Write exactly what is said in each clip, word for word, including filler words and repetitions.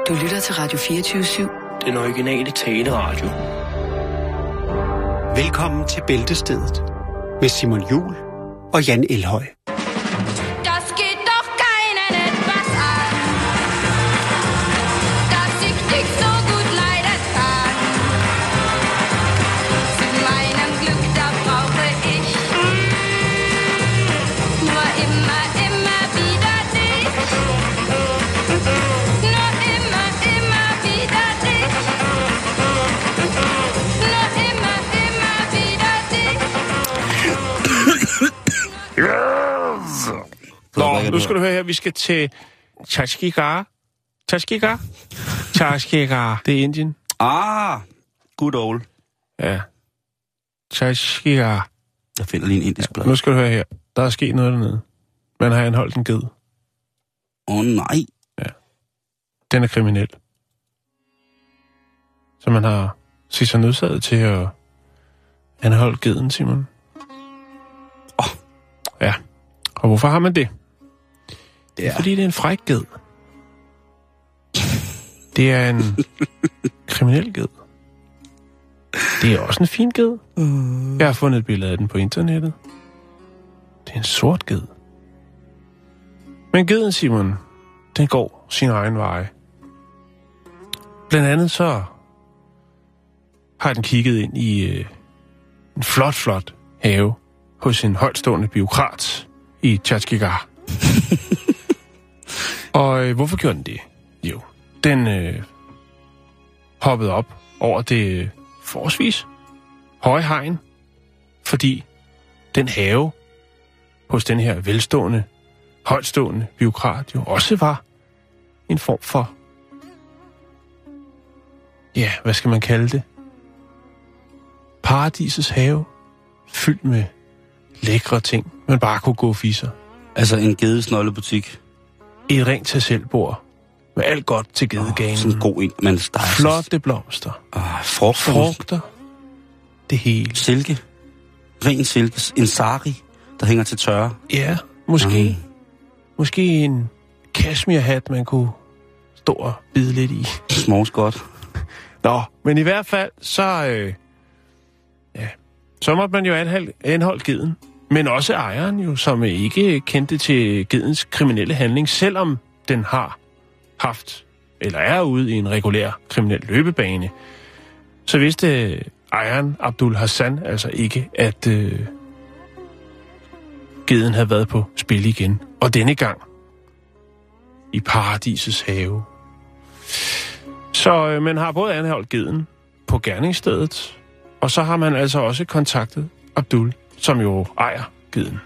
Du lytter til Radio fireogtyve syv. Den originale taleradio. Velkommen til Bæltestedet med Simon Juhl og Jan Elhøj. Nå, nu skal du høre her, vi skal til Chhattisgarh. Chhattisgarh? Chhattisgarh, det er Indien. Ah, good old. Ja. Chhattisgarh. Jeg finder lige en indisk blad. Nu skal du høre her, der er sket noget dernede. Man har anholdt en ged. Åh oh, nej. Ja. Den er kriminel. Så man har set sig nødsaget til at anholde geden, Simon. Åh. Oh. Ja. Og hvorfor har man det? Det er ja. fordi, det er en fræk ged. Det er en kriminel ged. Det er også en fin ged. Jeg har fundet et billede af den på internettet. Det er en sort ged. Men geden, Simon, den går sin egen vej. Blandt andet så har den kigget ind i øh, en flot, flot have hos en højtstående bureaukrat i Chhattisgarh. Og øh, hvorfor gjorde den det? Jo, den øh, hoppede op over det øh, forholdsvis høje hegn, fordi den have hos den her velstående, højtstående bureaukrat jo også var en form for, ja, hvad skal man kalde det? Paradisets have, fyldt med lækre ting, man bare kunne gå og fisse. Altså en gedesnollebutik. Et rent tag selv-bord med alt godt til gedeganen. Oh, sådan en god en, men der er flotte blomster. Ah, frugter. Frugter. Det hele. Silke. Ren silke. En sari, der hænger til tørre. Ja, måske. Mm. Måske en cashmere-hat, man kunne stå og bide lidt i. Smås godt. Nå, men i hvert fald, så... Øh, ja, så måtte man jo anholde geden. Men også ejeren jo, som ikke kendte til gedens kriminelle handling, selvom den har haft, eller er ude i en regulær kriminel løbebane. Så vidste ejeren, Abdul Hassan, altså ikke, at øh, geden havde været på spil igen. Og denne gang i paradisets have. Så øh, man har både anholdt geden på gerningsstedet, og så har man altså også kontaktet Abdul, som jo ejer geden.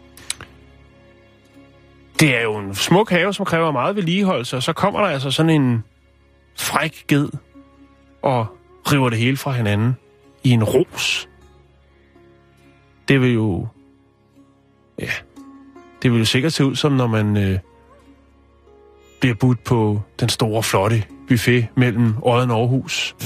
Det er jo en smuk have, som kræver meget vedligeholdelse, og så kommer der altså sådan en fræk ged og river det hele fra hinanden i en ros. Det vil jo... Ja, det vil jo sikkert se ud som, når man øh, bliver budt på den store, flotte buffet mellem Odden og Aarhus.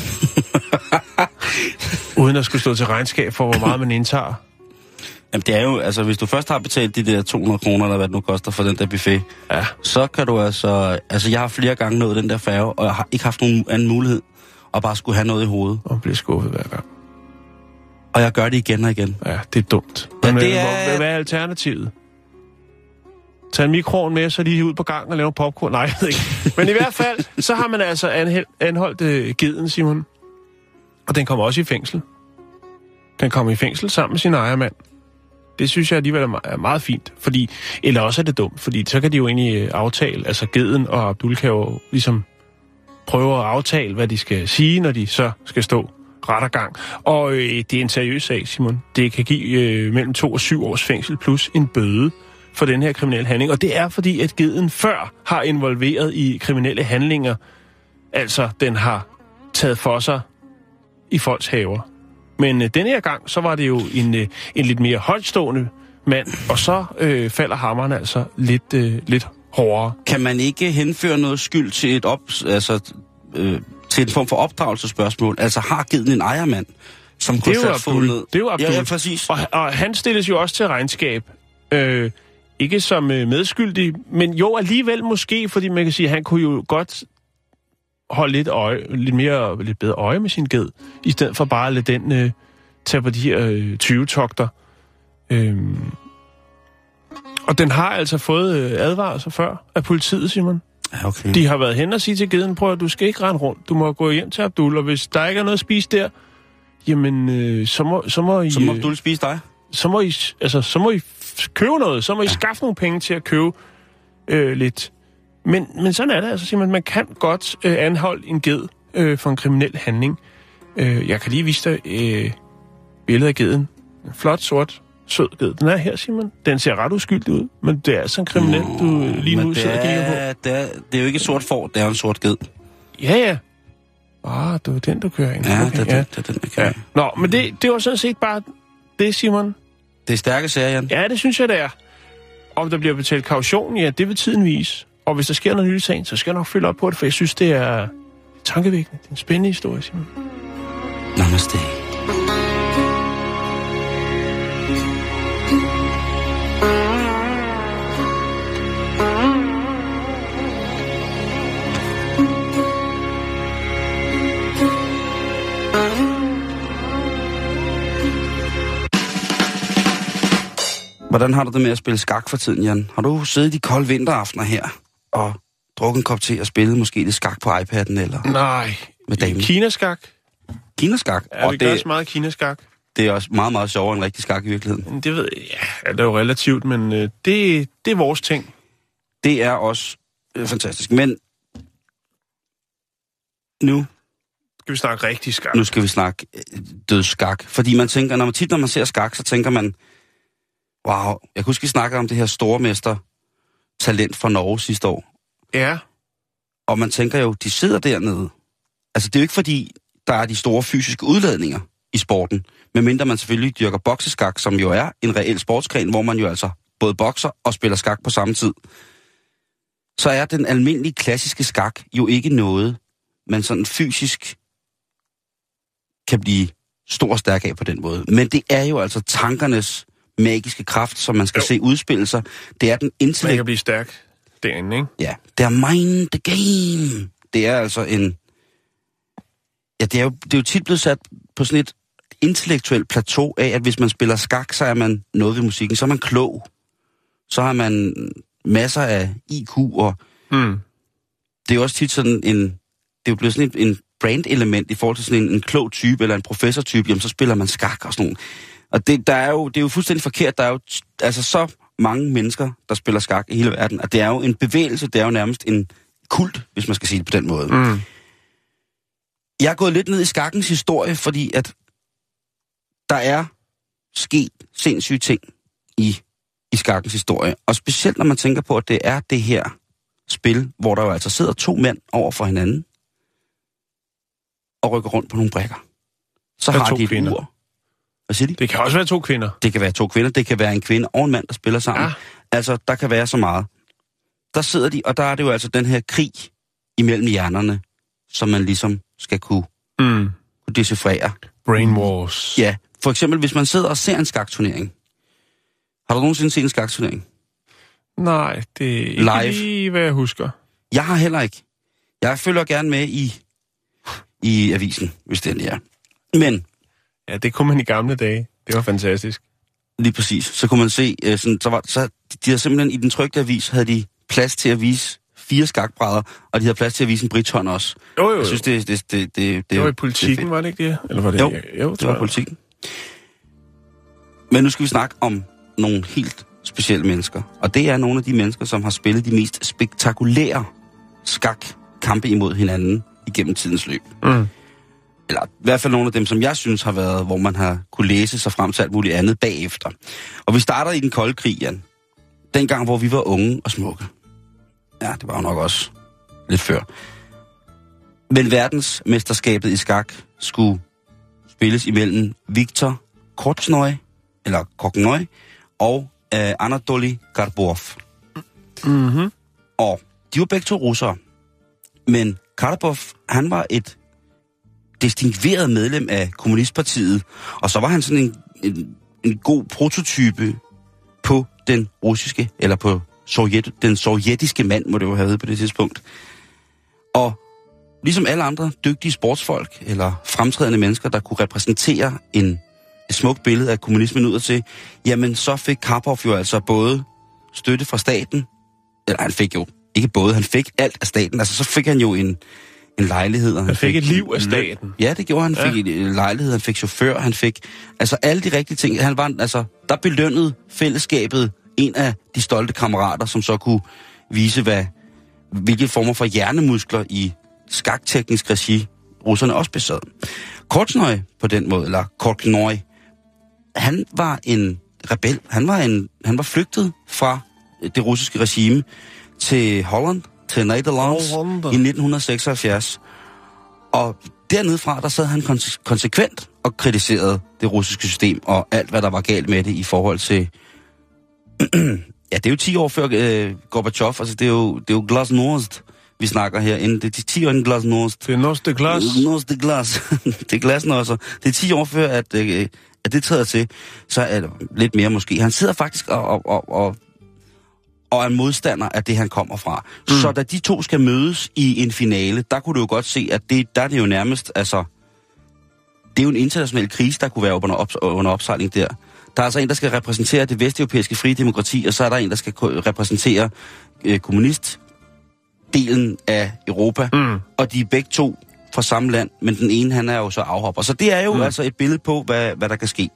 Uden at skulle stå til regnskab for, hvor meget man indtager. Jamen det er jo, altså hvis du først har betalt de der to hundrede kroner, eller hvad det nu koster for den der buffet, ja. Så kan du altså, altså jeg har flere gange nået den der færge, og jeg har ikke haft nogen anden mulighed, og bare skulle have noget i hovedet. Og blive skuffet hver gang. Og jeg gør det igen og igen. Ja, det er dumt. Ja, Men det er... hvad, hvad er alternativet? Tag en mikroen med, så lige ud på gangen og lave popcorn. Nej, jeg ved ikke. Men i hvert fald, så har man altså anheld, anholdt uh, geden, Simon. Og den kommer også i fængsel. Den kommer i fængsel sammen med sin ejermand. Det synes jeg alligevel er meget fint, fordi, eller også er det dumt, fordi så kan de jo egentlig aftale, altså geden og Abdul kan jo ligesom prøve at aftale, hvad de skal sige, når de så skal stå ret og gang. Og øh, det er en seriøs sag, Simon. Det kan give øh, mellem to og syv års fængsel plus en bøde for den her kriminelle handling. Og det er fordi, at geden før har involveret i kriminelle handlinger. Altså, den har taget for sig i folks haver. Men øh, denne her gang, så var det jo en, øh, en lidt mere højtstående mand, og så øh, falder hammeren altså lidt, øh, lidt hårdere. Kan man ikke henføre noget skyld til et op, altså, øh, til en form for opdragelsesspørgsmål? Altså har geden en ejermand, som kunne have fået ned? Det er jo Abdul. Ja, ja, præcis. Og, og han stilles jo også til regnskab. Øh, ikke som øh, medskyldig, men jo alligevel måske, fordi man kan sige, at han kunne jo godt holde lidt, øje, lidt, mere, lidt bedre øje med sin ged, i stedet for bare at lade den øh, tage på de her øh, tyvetogter. Øhm. Og den har altså fået øh, advarsler før af politiet, Simon. Ja, okay. De har været hen og sige til geden, prøv at du skal ikke rende rundt. Du må gå hjem til Abdul, og hvis der ikke er noget at spise der, jamen, øh, så må, så må I... Så må Abdul spise dig? Så må I, altså, så må I købe noget. Så må I ja. skaffe nogle penge til at købe øh, lidt. Men, men sådan er det altså, Simon. Man kan godt øh, anholde en ged øh, for en kriminel handling. Øh, jeg kan lige vise dig øh, billedet af geden. En flot, sort, sød ged. Den er her, Simon. Den ser ret uskyldig ud, men det er altså en kriminel, du lige nu sidder og kigger på. Det er, det er jo ikke et sort får, det er jo en sort ged. Ja, ja. Ah, det var den, du kører ind. Ja, okay, det, er ja. Den, det er den, jeg kører ja. Nå, men det, det var sådan set bare det, Simon. Det er stærke sager, Jan. Ja, det synes jeg, det er. Om der bliver betalt kaution, ja, det vil tiden vise. Og hvis der sker noget nyt i sagen, så skal jeg nok følge op på det, for jeg synes, det er tankevækkende. Det er en spændende historie, Simon. Namaste. Hvordan har du det med at spille skak for tiden, Jan? Har du siddet de kolde vinteraftener her og drukket en kop te og spillet måske lidt skak på iPad'en eller Nej, med damen? Kinaskak. Kinaskak? Ja, og vi det, gør også meget kinaskak. det er også meget, meget sjovere end rigtig skak i virkeligheden. Men det ved jeg, ja, det er jo relativt, men øh, det, det er vores ting. Det er også øh, fantastisk. Men nu... Skal vi snakke rigtig skak? Nu skal vi snakke øh, dødsskak. Fordi man tænker, når man tit når man ser skak, så tænker man, wow, jeg kunne huske, vi snakkede om det her stormester talent fra Norge sidste år. Ja. Og man tænker jo, de sidder dernede. Altså, det er jo ikke fordi, der er de store fysiske udladninger i sporten. Medmindre man selvfølgelig dyrker bokseskak, som jo er en reel sportsgren, hvor man jo altså både bokser og spiller skak på samme tid. Så er den almindelige klassiske skak jo ikke noget, man sådan fysisk kan blive stor og stærk af på den måde. Men det er jo altså tankernes magiske kraft, som man skal jo. se udspille sig. Det er den intellekt... Man kan blive stærk derinde, ikke? Ja, det er mind the game. Det er altså en... Ja, det er jo, det er jo tit blevet sat på sådan et intellektuelt plateau af, at hvis man spiller skak, så er man noget ved musikken. Så er man klog. Så har man masser af I Q, og mm. det er jo også tit sådan en... Det er jo blevet sådan en, en brand-element i forhold til sådan en, en klog type, eller en professor-type, jamen så spiller man skak og sådan nogle. Og det, der er jo, det er jo fuldstændig forkert. Der er jo altså så mange mennesker, der spiller skak i hele verden, og det er jo en bevægelse, det er jo nærmest en kult, hvis man skal sige det på den måde. Mm. Jeg er gået lidt ned i skakkens historie, fordi at der er sket sindssyge ting i, i skakkens historie. Og specielt når man tænker på, at det er det her spil, hvor der jo altså sidder to mænd over for hinanden og rykker rundt på nogle brækker. Så har de et kvinder. ur. Hvad siger de? Det kan også være to kvinder. Det kan være to kvinder, det kan være en kvinde og en mand, der spiller sammen. Ja. Altså, der kan være så meget. Der sidder de, og der er det jo altså den her krig imellem hjernerne, som man ligesom skal kunne, mm. kunne decifrere. Brain wars. Ja, for eksempel hvis man sidder og ser en skakturnering. Har du nogensinde set en skakturnering? Nej, det er ikke live. Lige, hvad jeg husker. Jeg har heller ikke. Jeg følger gerne med i, i avisen, hvis det er. Men... Ja, det kunne man i gamle dage. Det var fantastisk. Lige præcis. Så kunne man se, øh, sådan, så var, så de havde simpelthen i den trykte avis, havde de plads til at vise fire skakbrædder, og de havde plads til at vise en brithånd også. Jo, jo, jo. Jeg synes, det, det, det, det, det, det var i Politikken, det var det ikke det? Eller var det? Jo, jo det var Politikken. Men nu skal vi snakke om nogle helt specielle mennesker. Og det er nogle af de mennesker, som har spillet de mest spektakulære skakkampe imod hinanden igennem tidens løb. Mm. Eller i hvert fald nogle af dem, som jeg synes har været, hvor man har kunne læse sig frem til alt muligt andet bagefter. Og vi starter i den kolde krig, Jan. Dengang, hvor vi var unge og smukke. Ja, det var jo nok også lidt før. Men verdensmesterskabet i skak skulle spilles imellem Viktor Korchnoi, eller Korchnoi, og øh, Anatoly Karpov. Mm-hmm. Og de var begge to russere. Men Karpov, han var et distingueret medlem af Kommunistpartiet, og så var han sådan en, en, en god prototype på den russiske, eller på sovjet, den sovjetiske mand, må det jo have været på det tidspunkt. Og ligesom alle andre dygtige sportsfolk eller fremtrædende mennesker, der kunne repræsentere en, et smukt billede af kommunismen udad til, jamen så fik Karpov jo altså både støtte fra staten, eller han fik jo ikke både, han fik alt af staten, altså så fik han jo en, en lejlighed. Han, han fik, fik et liv af staten. Ja, det gjorde han. Han fik ja. en lejlighed, han fik chauffør, han fik, altså alle de rigtige ting. Han var, altså, der belønnede fællesskabet en af de stolte kammerater, som så kunne vise, hvad, hvilke former for hjernemuskler i skakteknisk regi russerne også besad. Korchnoj på den måde, eller Korchnoj, han var en rebel. Han var, en, han var flygtet fra det russiske regime til Holland, til Nederlands oh, i nitten seksoghalvfjerds. Og dernede fra, der sad han konse- konsekvent og kritiserede det russiske system og alt, hvad der var galt med det i forhold til... ja, det er jo ti år før øh, Gorbachev, altså det er jo, det er jo glasnost, vi snakker her. Det er ti år inden glasnost. Det er noste glas. Noste glas. Det er glasnosser. Det er ti år før, at, øh, at det træder til. Så er det lidt mere måske. Han sidder faktisk og, og, og, og, og er modstander af det, han kommer fra. Mm. Så da de to skal mødes i en finale, der kunne du jo godt se, at det, der er det jo nærmest, altså... Det er jo en international krise, der kunne være under, op, under opsejling der. Der er altså en, der skal repræsentere det vesteuropæiske frie demokrati, og så er der en, der skal repræsentere øh, kommunistdelen af Europa. Mm. Og de er begge to fra samme land, men den ene, han er jo så afhopper. Så det er jo mm. altså et billede på, hvad, hvad der kan ske.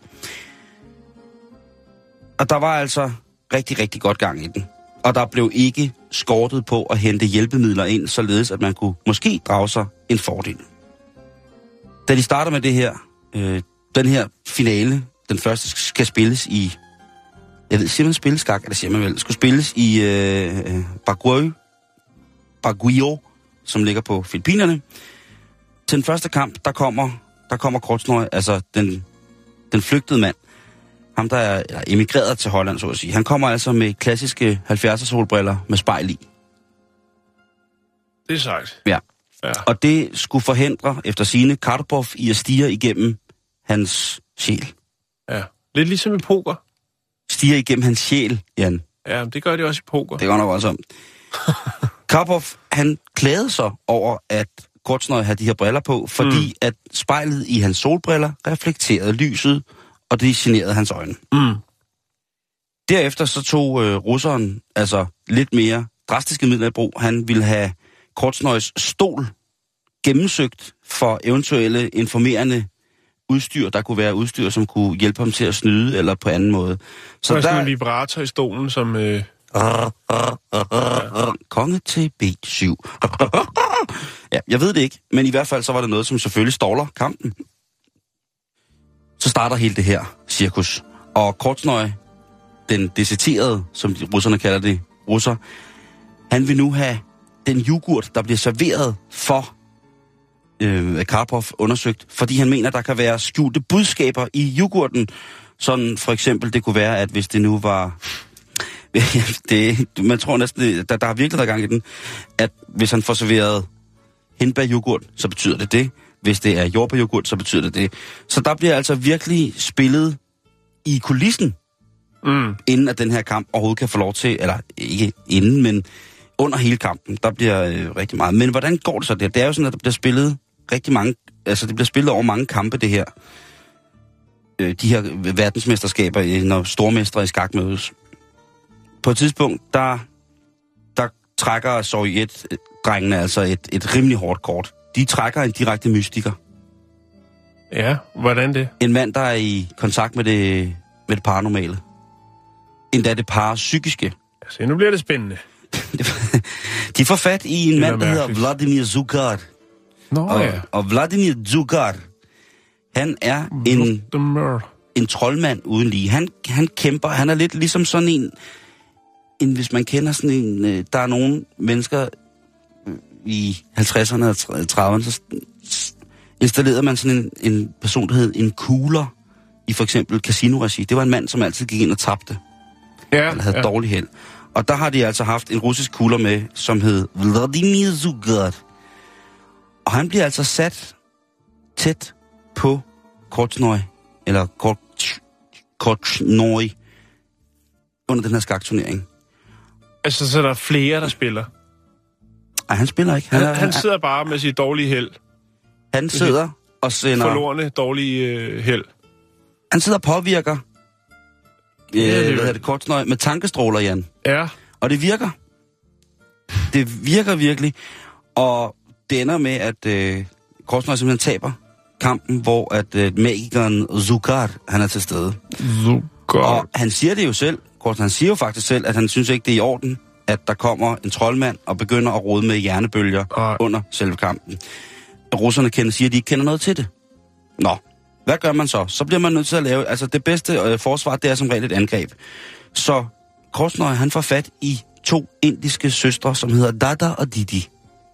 Og der var altså rigtig, rigtig godt gang i den. Og der blev ikke skortet på at hente hjælpemidler ind, således at man kunne måske drage sig en fordel. Da de starter med det her, øh, den her finale, den første skal spilles i, jeg ved, siger man spilleskak, eller siger man vel, skulle spilles i øh, Baguio, Baguio, som ligger på Filippinerne. Til den første kamp, der kommer, der kommer Korchnoj, altså den, den flygtede mand, ham der er eller emigreret til Holland, så at sige. Han kommer altså med klassiske halvfjerdser solbriller med spejl i. Det er sagt. Ja. Ja. Og det skulle forhindre, efter sigende, Karpov i at stige igennem hans sjæl. Ja, lidt ligesom i poker. Stiger igennem hans sjæl, Jan. Ja, det gør de også i poker. Det gør nok også om. Karpov, han klagede sig over, at Korchnoj havde de her briller på, fordi mm. at spejlet i hans solbriller reflekterede lyset, og det generede hans øjne. Mm. Derefter så tog øh, russeren altså lidt mere drastiske midler i brug. Han ville have Korchnojs stol gennemsøgt for eventuelle informerende udstyr, der kunne være udstyr, som kunne hjælpe ham til at snyde eller på anden måde. Så der er sådan en vibrator i stolen, som... Øh... Konge til B syv. Ja, jeg ved det ikke, men i hvert fald så var det noget, som selvfølgelig ståler kampen. Så starter hele det her cirkus. Og Korchnoj, den deciderede, som de russerne kalder det, russer, han vil nu have den yoghurt, der bliver serveret for øh, Karpov undersøgt, fordi han mener, der kan være skjulte budskaber i yoghurten. Sådan for eksempel, det kunne være, at hvis det nu var... det, man tror næsten, der, der har virkelig været gang i den, at hvis han får serveret hindbæryoghurt, så betyder det det. Hvis det er jordbæryoghurt, så betyder det det. Så der bliver altså virkelig spillet i kulissen, mm. inden at den her kamp overhovedet kan få lov til, eller ikke inden, men under hele kampen, der bliver øh, rigtig meget. Men hvordan går det så der? Det er jo sådan, at der bliver spillet rigtig mange, altså det bliver spillet over mange kampe, det her. Øh, de her verdensmesterskaber, når stormestre i skak mødes. På et tidspunkt, der, der trækker Sovjet-drengene altså et, et rimelig hårdt kort. De trækker en direkte mystiker. Ja, hvordan det? En mand, der er i kontakt med det, med det paranormale. Endda det parapsykiske. Altså, nu bliver det spændende. De får fat i en mand, der hedder Vladimir Dzukar. Nå og, ja. Og Vladimir Dzukar, han er en, en troldmand uden lige. Han, han kæmper, han er lidt ligesom sådan en, en, hvis man kender sådan en, der er nogle mennesker i halvtredserne og trediverne, så installerede man sådan en, en person, der hed en kugler i for eksempel casino-regi. Det var en mand, som altid gik ind og tabte. Ja, eller havde ja. dårlig held. Og der har de altså haft en russisk kugler med, som hed Vladimir Dzukar. Og han bliver altså sat tæt på Korchnoj, eller Korchnoj, under den her skakturnering. Altså, så der er flere, der spiller? Ej, han spiller ikke. Han, Han, er, han sidder bare med sit dårlige held. han sidder og sender... Forlorene dårlige øh, held. Han sidder og påvirker... Øh, Ja, det er hvad jo- hedder det, kortsnøj, med tankestråler, Jan. Ja. Og det virker. Det virker virkelig. Og det ender med, at øh, kortsnøj simpelthen taber kampen, hvor at øh, magikeren Zukar, han er til stede. Zukar. Og han siger det jo selv, Kort, han siger jo faktisk selv, at han synes ikke, det er i orden, at der kommer en troldmand og begynder at rode med hjernebølger Ej. under selve kampen. Russerne kender, siger, at de ikke kender noget til det. Nå, hvad gør man så? Så bliver man nødt til at lave... Altså, det bedste øh, forsvar, det er som regel et angreb. Så Kortsnøj, han får fat i to indiske søstre, som hedder Dada og Didi.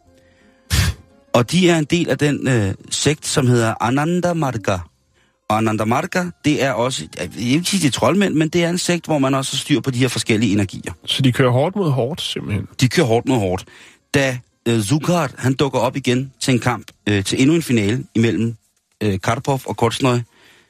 Og de er en del af den øh, sekt, som hedder Ananda Marga. Og Ananda Marga, det er også... Jeg vil ikke sige, det er troldmænd, men det er en sekt, hvor man også har styr på de her forskellige energier. Så de kører hårdt mod hårdt, simpelthen. De kører hårdt mod hårdt. Da øh, Zukar, han dukker op igen til en kamp, øh, til endnu en finale imellem øh, Karpov og Kortsnøj,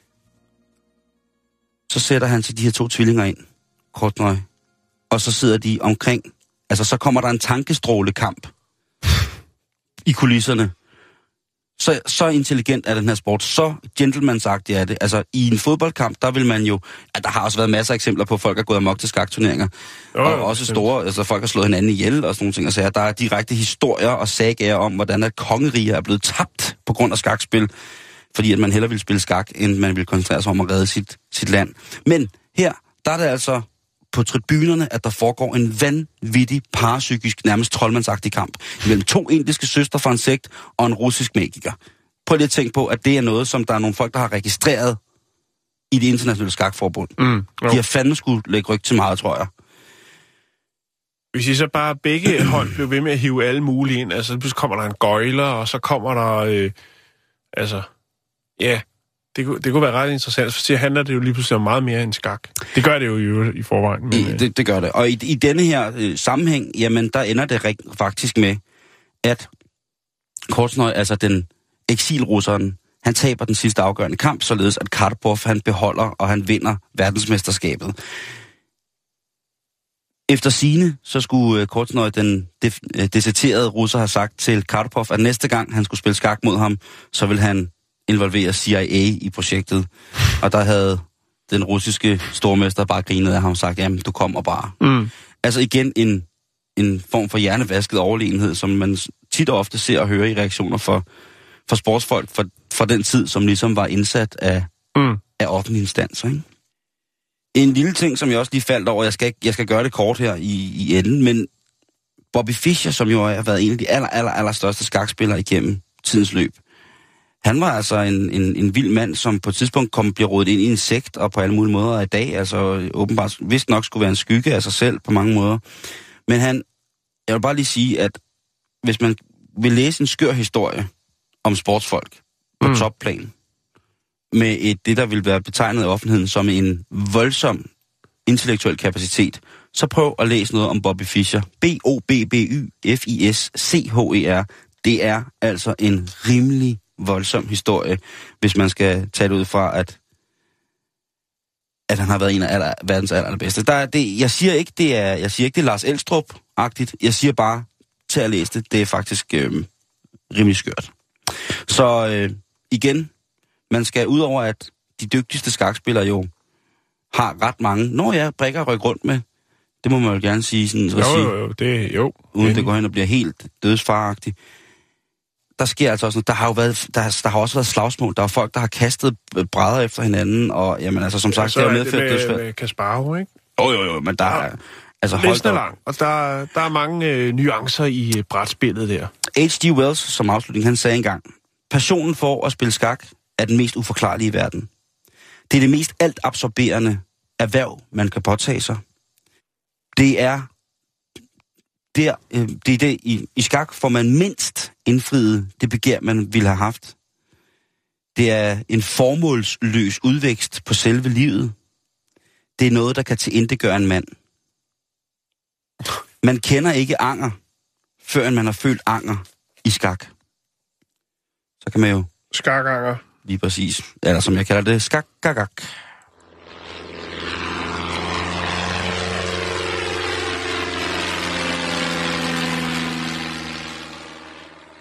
så sætter han til de her to tvillinger ind, Kortsnøj, og så sidder de omkring, altså så kommer der en tankestrålekamp i kulisserne. Så, så intelligent er den her sport, så gentleman-agtig er det. Altså i en fodboldkamp, der vil man jo, at der har også været masser af eksempler på, at folk er gået amok til skakturneringer. Jo, Og også store, altså folk har slået hinanden ihjel og sådan nogle ting. Altså, der er direkte historier og sagaer om, hvordan at kongeriger er blevet tabt på grund af skakspil, fordi at man hellere vil spille skak, end man vil koncentrere sig om at redde sit, sit land. Men her, der er det altså på tribunerne, at der foregår en vanvittig, parapsykisk, nærmest troldmandsagtig kamp mellem to indiske søstre fra en sekt og en russisk magiker. Prøv lige at tænke på, at det er noget, som der er nogle folk, der har registreret i det internationale skakforbund. Mm, De har fandme skulle lægge ryg til meget, tror jeg. Hvis I så bare begge hold blev ved med at hive alle mulige ind, altså så kommer der en gøjler, og så kommer der, øh, altså, ja, det, kunne- det kunne være ret interessant, for så handler det jo lige pludselig om meget mere end skak. Det gør det jo i, øvrigt i forvejen. Men, I, øh, det, det gør det. Og i, i denne her øh, sammenhæng, jamen, der ender det rigt, faktisk med, at Kortsnøj, altså den eksilrusseren, han taber den sidste afgørende kamp, således at Karpov, han beholder, og han vinder verdensmesterskabet. Efter sigende, så skulle øh, Kortsnøj, den de, øh, deserterede russer, have sagt til Karpov, at næste gang han skulle spille skak mod ham, så vil han involvere C I A i projektet. Og der havde den russiske stormester bare grinet af ham og sagt, jamen, du kommer bare. mm, Altså igen en, en form for hjernevasket overlegenhed, som man tit og ofte ser og hører i reaktioner for, for sportsfolk fra, fra den tid, som ligesom var indsat af, mm. af offentlige instanser. Ikke? En lille ting, som jeg også lige faldt over, jeg skal, ikke, jeg skal gøre det kort her i, i enden, men Bobby Fischer, som jo har været en af de aller, aller, aller største skakspillere igennem tidens løb, han var altså en, en, en vild mand, som på et tidspunkt kom, bliver rodet ind i en sekt, og på alle mulige måder i dag, altså åbenbart vist nok skulle være en skygge af sig selv på mange måder. Men han, jeg vil bare lige sige, at hvis man vil læse en skør historie om sportsfolk på mm. topplan, med et, det, der vil være betegnet i offentligheden som en voldsom intellektuel kapacitet, så prøv at læse noget om Bobby Fischer. B O B B Y F I S C H E R. Det er altså en rimelig voldsom historie, hvis man skal tage det ud fra, at, at han har været en af aller, verdens aller, allerbedste. Der er det, jeg siger ikke, det er, jeg siger ikke, det er Lars Elstrup-agtigt. Jeg siger bare, til at læse det. Det er faktisk øh, rimelig skørt. Så øh, igen, man skal udover, at de dygtigste skakspillere jo har ret mange, når jeg brækker rykke rundt med, det må man jo gerne sige, sådan, så Jo, sige, jo, jo, det jo. uden det går hen og bliver helt dødsfaragtigt. Der sker altså også noget. Der har jo været, der, der har også været slagsmål. Der er folk, der har kastet brædder efter hinanden, og jamen altså, som sagt, så det har er medført det dødsfald. med, med Kasparov, ikke? Jo, jo, jo, men der er... Altså, hold Listen er da op. lang, og der, der er mange øh, nuancer i øh, brætspillet der. H G Wells, som afslutning, han sagde engang, passionen for at spille skak er den mest uforklarlige i verden. Det er det mest altabsorberende erhverv, man kan påtage sig. Det er der, øh, det er det i, i skak får man mindst indfriet det begær, man ville have haft. Det er en formålsløs udvækst på selve livet. Det er noget, der kan tilintetgøre en mand. Man kender ikke anger, før man har følt anger i skak. Så kan man jo Skakanger. lige præcis, eller som jeg kalder det, skak-gak-gak.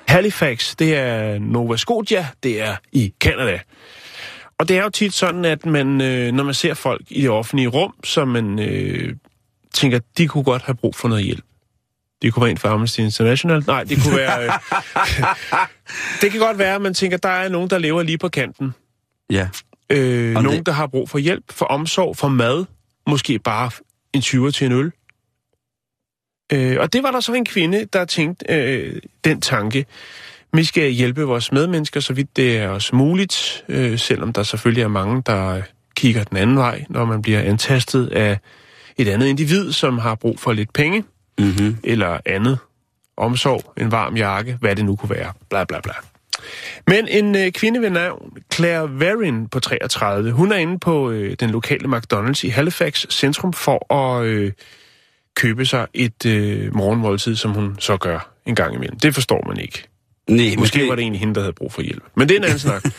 Halifax, det er Nova Scotia, det er i Canada. Og det er jo tit sådan, at man, øh, når man ser folk i det offentlige rum, så man øh, tænker, de kunne godt have brug for noget hjælp. Det kunne være en for Amnesty International. Nej, det kunne være... Øh, det kan godt være, at man tænker, der er nogen, der lever lige på kanten. Ja. Øh, nogen, det... der har brug for hjælp, for omsorg, for mad. Måske bare en tyver til en øl. Øh, og det var der så en kvinde, der tænkte øh, den tanke. Vi skal hjælpe vores medmennesker, så vidt det er også muligt, øh, selvom der selvfølgelig er mange, der kigger den anden vej, når man bliver antastet af et andet individ, som har brug for lidt penge, mm-hmm. eller andet omsorg, en varm jakke, hvad det nu kunne være, bla bla bla. Men en øh, kvinde ved navn Claire Varin på treogtredive, hun er inde på øh, den lokale McDonald's i Halifax centrum for at øh, købe sig et øh, morgenmåltid, som hun så gør en gang imellem. Det forstår man ikke. Nej, måske var det egentlig hende, der havde brug for hjælp. Men det er en anden snak.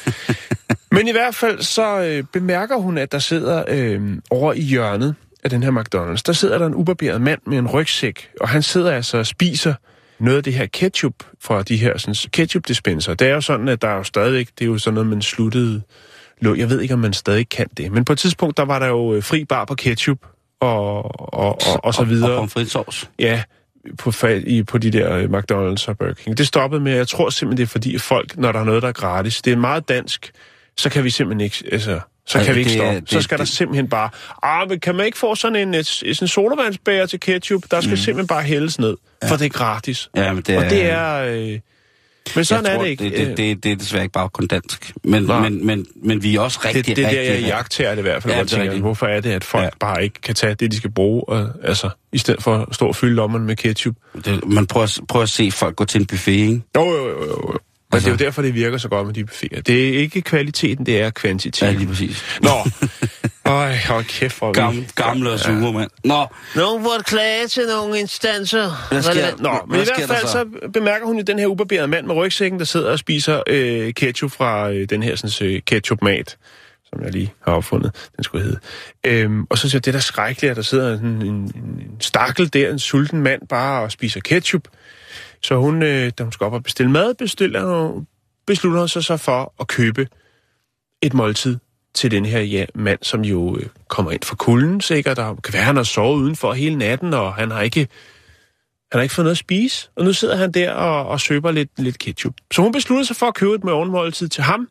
Men i hvert fald så øh, bemærker hun, at der sidder øh, over i hjørnet af den her McDonald's, der sidder der en ubarberet mand med en rygsæk, og han sidder altså og spiser noget af det her ketchup fra de her sådan, ketchup-dispenser. Det er jo sådan, at der er jo stadigvæk, det er jo sådan noget, man sluttede... Jeg ved ikke, om man stadig kan det, men på et tidspunkt, der var der jo fri bar på ketchup og, og, og, og så videre. Og pommes frites. Ja, på, i, på de der McDonald's og Burger King. Det stoppede med, jeg tror simpelthen, det er fordi folk, når der er noget, der er gratis, det er meget dansk, så kan vi simpelthen ikke, altså, så kan ja, vi ikke stoppe. Det, så skal det, der simpelthen bare, ah, men kan man ikke få sådan en, sådan en sodavandsbæger til ketchup? Der skal mm. simpelthen bare hældes ned, ja. For det er gratis. Ja, men det og det er... Øh, men sådan jeg er tror, det ikke. Det, det, det, det er desværre ikke bare kun dansk. Men, men, men, men vi er også rigtig, det, det rigtig... Det er der, jeg jagter det i hvert fald. Ja, tænker, hvorfor er det, at folk ja. bare ikke kan tage det, de skal bruge, og, altså, i stedet for at stå og fylde lommerne med ketchup? Det, man prøver, prøver at se folk gå til en buffet, ikke? Jo, jo, jo, jo. Altså, det er jo derfor, det virker så godt med de buffeter. Det er ikke kvaliteten, det er kvantiteten. Ja, lige præcis. Nå. Øj, hold kæft for Gam, Gamle og sure, ja. mand. Nå. Nogen burde klage til nogle instanser. Hvad sker, Nå, men hvad i hvert fald så? så bemærker hun jo den her ubarberede mand med rygsækken, der sidder og spiser øh, ketchup fra øh, den her sådan, øh, ketchup-mat, som jeg lige har opfundet, den skulle hedde. Øhm, og så siger det der skrækkeligt, at der sidder en, en, en stakkel der, en sulten mand, bare og spiser ketchup. Så hun, øh, da hun skal op og bestille mad, bestiller, beslutter hun sig så for at købe et måltid til den her ja, mand, som jo øh, kommer ind fra kulden, sikkert. Der kan være, han har sovet udenfor hele natten, og han har ikke, han har ikke fået noget at spise. Og nu sidder han der og, og søber lidt, lidt ketchup. Så hun beslutter sig for at købe et morgenmåltid til ham.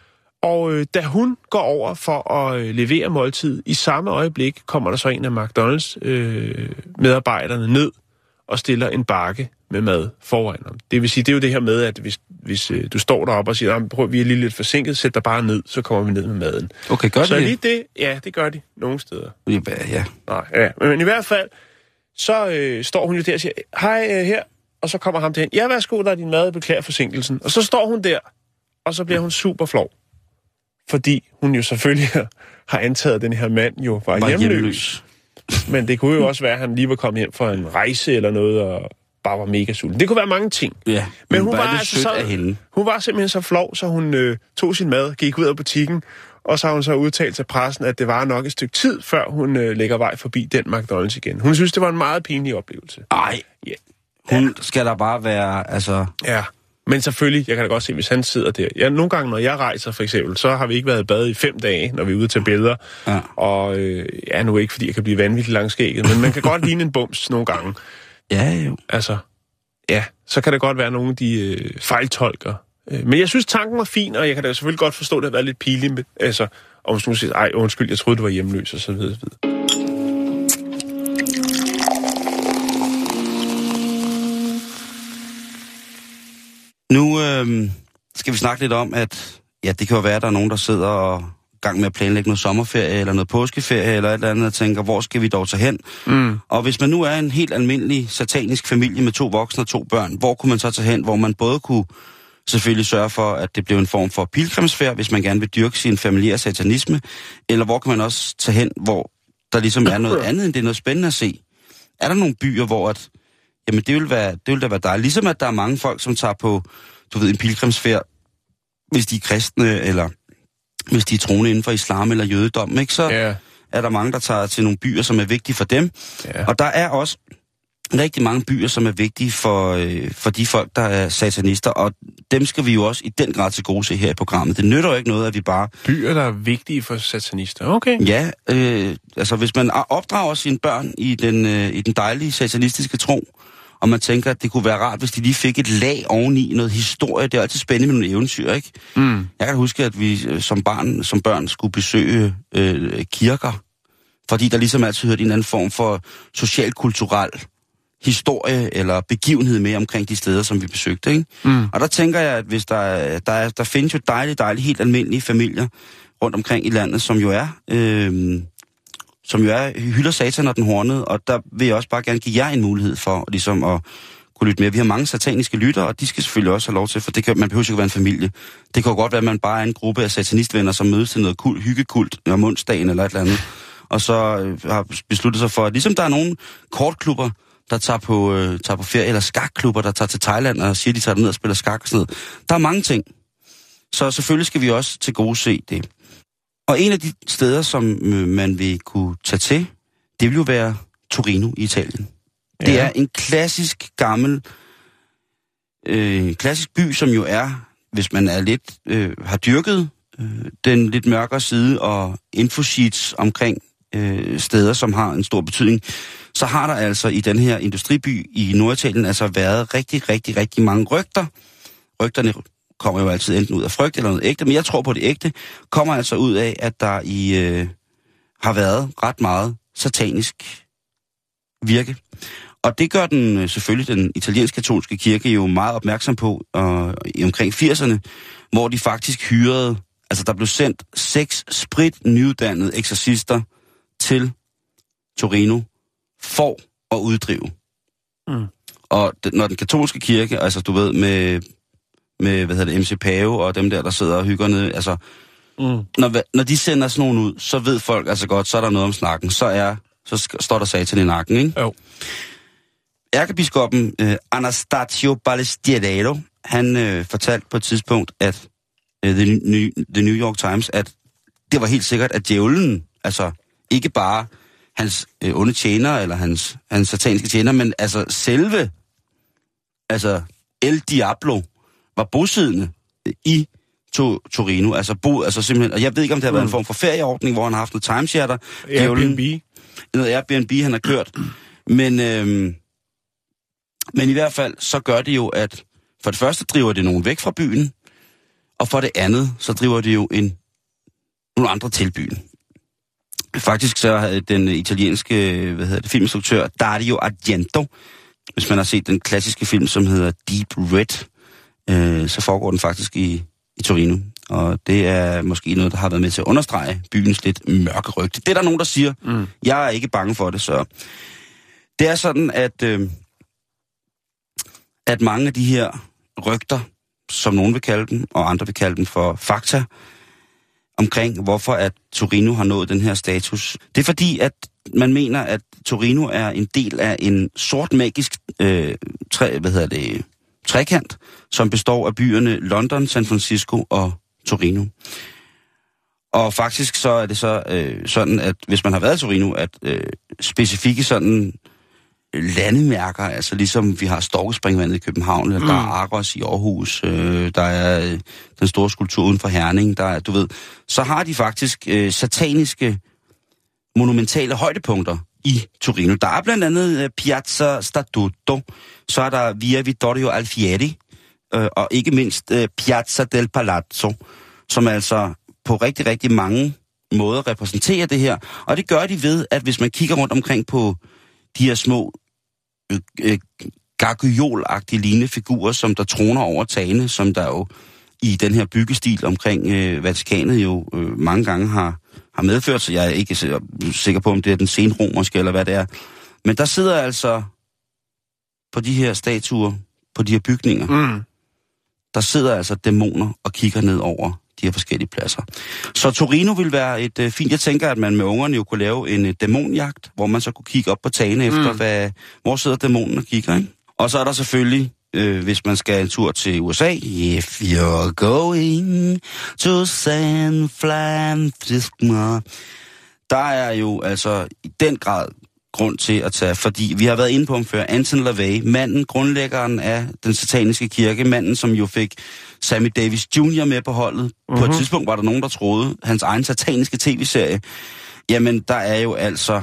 Og øh, da hun går over for at øh, levere måltid, i samme øjeblik kommer der så en af McDonald's øh, medarbejderne ned og stiller en bakke med mad foran ham. Det vil sige, det er jo det her med, at hvis, hvis øh, du står deroppe og siger, prøv, vi er lige lidt forsinket, sæt dig bare ned, så kommer vi ned med maden. Okay, gør så det? Så lige det, ja, det gør de nogle steder. Ja, ja. Nej, ja. Men i hvert fald, så øh, står hun jo der og siger, hej øh, her, og så kommer ham derhen. Ja, værsgo, der er din mad, beklager forsinkelsen. Og så står hun der, og så bliver hun super flov. Fordi hun jo selvfølgelig har antaget, at den her mand jo var, var hjemløs. hjemløs. Men det kunne jo også være, at han lige var kommet hjem fra en rejse eller noget, og bare var mega sulten. Det kunne være mange ting. Ja, men, men hun, var altså så, hun var simpelthen så flov, så hun øh, tog sin mad, gik ud af butikken, og så har hun så udtalt til pressen, at det var nok et stykke tid, før hun øh, lægger vej forbi den McDonald's igen. Hun synes, det var en meget pinlig oplevelse. Ej, ja. Hun ja. skal da bare være, altså... Ja, men selvfølgelig, jeg kan da godt se, hvis han sidder der. Ja, nogle gange, når jeg rejser for eksempel, så har vi ikke været i bad i fem dage, når vi er ude til billeder. Ja. Og øh, ja, nu ikke, fordi jeg kan blive vanvittigt langskægget, men man kan godt ligne en bums nogle gange. Ja, jo. Altså, ja, så kan det godt være, at nogle de øh, fejltolker. Men jeg synes, tanken var fin, og jeg kan da selvfølgelig godt forstå, at det har været lidt pinligt. Med, altså, og hvis nogen siger, ej, undskyld, jeg troede, du var hjemløs, og så videre. Nu øh, skal vi snakke lidt om, at ja, det kan jo være, at der er nogen, der sidder og gang med at planlægge noget sommerferie, eller noget påskeferie, eller et eller andet, og tænker, hvor skal vi dog tage hen? Mm. Og hvis man nu er en helt almindelig satanisk familie med to voksne og to børn, hvor kunne man så tage hen, hvor man både kunne selvfølgelig sørge for, at det blev en form for pilgrimsfærd, hvis man gerne vil dyrke sin familiære satanisme, eller hvor kan man også tage hen, hvor der ligesom er noget andet, end det er noget spændende at se? Er der nogle byer, hvor at, jamen det vil være, det vil da være dejligt. Ligesom at der er mange folk, som tager på, du ved, en pilgrimsfærd, hvis de er kristne, eller hvis de er troende inden for islam eller jødedom, ikke? Så yeah. er der mange, der tager til nogle byer, som er vigtige for dem. Yeah. Og der er også rigtig mange byer, som er vigtige for, øh, for de folk, der er satanister, og dem skal vi jo også i den grad til gode se her i programmet. Det nytter jo ikke noget, at vi bare... Byer, der er vigtige for satanister, okay. Ja, øh, altså hvis man opdrager sine børn i den, øh, i den dejlige satanistiske tro, og man tænker, at det kunne være rart, hvis de lige fik et lag oveni, noget historie. Det er altid spændende med nogle eventyr, ikke? Mm. Jeg kan huske, at vi som, barn, som børn skulle besøge øh, kirker, fordi der ligesom altid hørte en eller anden form for social-kulturel historie eller begivenhed med omkring de steder, som vi besøgte, ikke? Mm. Og der tænker jeg, at hvis der, der, er, der findes jo dejlige, dejlige, helt almindelige familier rundt omkring i landet, som jo er... Øh, som jo er hylder satan og den hornede, og der vil jeg også bare gerne give jer en mulighed for ligesom at kunne lytte med. Vi har mange sataniske lyttere, og de skal selvfølgelig også have lov til, for det kan, man behøver ikke være en familie. Det kan jo godt være, at man bare er en gruppe af satanistvenner, som mødes til noget kult, hyggekult om onsdagen eller et eller andet, og så øh, har besluttet sig for, at ligesom der er nogle kortklubber, der tager på, øh, tager på ferie, eller skakklubber, der tager til Thailand og siger, de tager ned og spiller skak og sådan noget. Der er mange ting. Så selvfølgelig skal vi også til gode se det. Og en af de steder, som man vil kunne tage til, det vil jo være Torino i Italien. Ja. Det er en klassisk gammel, øh, klassisk by, som jo er, hvis man er lidt, øh, har dyrket øh, den lidt mørkere side og infosheets omkring øh, steder, som har en stor betydning, så har der altså i den her industriby i Norditalien altså været rigtig, rigtig, rigtig mange rygter. Rygterne kommer jo altid enten ud af frygt eller noget ægte, men jeg tror på det ægte, kommer altså ud af, at der i øh, har været ret meget satanisk virke. Og det gør den øh, selvfølgelig den italienske katolske kirke jo meget opmærksom på øh, i omkring firserne, hvor de faktisk hyrede, altså der blev sendt seks sprit nyuddannede eksorcister til Torino for at uddrive. Mm. Og den, når den katolske kirke, altså du ved, med... med, hvad hedder det, M C Pave og dem der, der sidder og hygger ned. Altså, mm. når, når de sender sådan nogen ud, så ved folk altså godt, så er der noget om snakken. Så er, så sk- står der satan i nakken, ikke? Jo. Ærkebiskoppen øh, Anastasio Ballestiero, han øh, fortalte på et tidspunkt, at øh, The, New, The New York Times, at det var helt sikkert, at djævlen, altså ikke bare hans øh, onde tjener, eller hans, hans sataniske tjener, men altså selve, altså El Diablo, var bosiddende i to, Torino, altså bo, altså simpelthen, og jeg ved ikke, om det har været mm. en form for ferieordning, hvor han har haft noget timeshare der. Airbnb. Noget Airbnb, han har kørt. Men, øhm, men i hvert fald, så gør det jo, at for det første driver det nogen væk fra byen, og for det andet, så driver det jo en, nogle andre til byen. Faktisk så havde den italienske, hvad hedder det, filminstruktør Dario Argento, hvis man har set den klassiske film, som hedder Deep Red, så foregår den faktisk i, i Torino. Og det er måske noget, der har været med til at understrege byens lidt mørke rygte. Det er der nogen, der siger. Mm. Jeg er ikke bange for det, så... Det er sådan, at, øh, at mange af de her rygter, som nogen vil kalde dem, og andre vil kalde dem for fakta, omkring hvorfor at Torino har nået den her status. Det er fordi, at man mener, at Torino er en del af en sort magisk øh, træ, hvad hedder det... trekant, som består af byerne London, San Francisco og Torino. Og faktisk så er det så øh, sådan, at hvis man har været i Torino, at øh, specifikke sådan landemærker, altså ligesom vi har Storkespringvandet i København, eller mm. der er Aros i Aarhus, øh, der er øh, den store skulptur uden for Herning, der er, du ved, så har de faktisk øh, sataniske monumentale højdepunkter i Torino. Der er blandt andet uh, Piazza Statuto, så er der Via Vittorio Alfieri, uh, og ikke mindst uh, Piazza del Palazzo, som altså på rigtig, rigtig mange måder repræsenterer det her. Og det gør de ved, at hvis man kigger rundt omkring på de her små uh, uh, gargoyle-agtige lignende figurer, som der troner over tagene, som der jo i den her byggestil omkring uh, Vatikanet jo uh, mange gange har har medført, så jeg er ikke sikker på, om det er den senromerske, eller hvad det er. Men der sidder altså på de her statuer, på de her bygninger, mm. der sidder altså dæmoner og kigger ned over de her forskellige pladser. Så Torino vil være et uh, fint. Jeg tænker, at man med ungerne jo kunne lave en uh, dæmonjagt, hvor man så kunne kigge op på tagene efter, mm. hvad, hvor sidder dæmonen og kigger, ikke? Og så er der selvfølgelig, øh, hvis man skal en tur til U S A, if you're going to San Francisco, der er jo altså i den grad grund til at tage, fordi vi har været inde på ham før, Anton LaVey, manden, grundlæggeren af den sataniske kirke, manden, som jo fik Sammy Davis junior med på holdet. Mm-hmm. På et tidspunkt var der nogen, der troede, hans egen sataniske tv-serie, jamen der er jo altså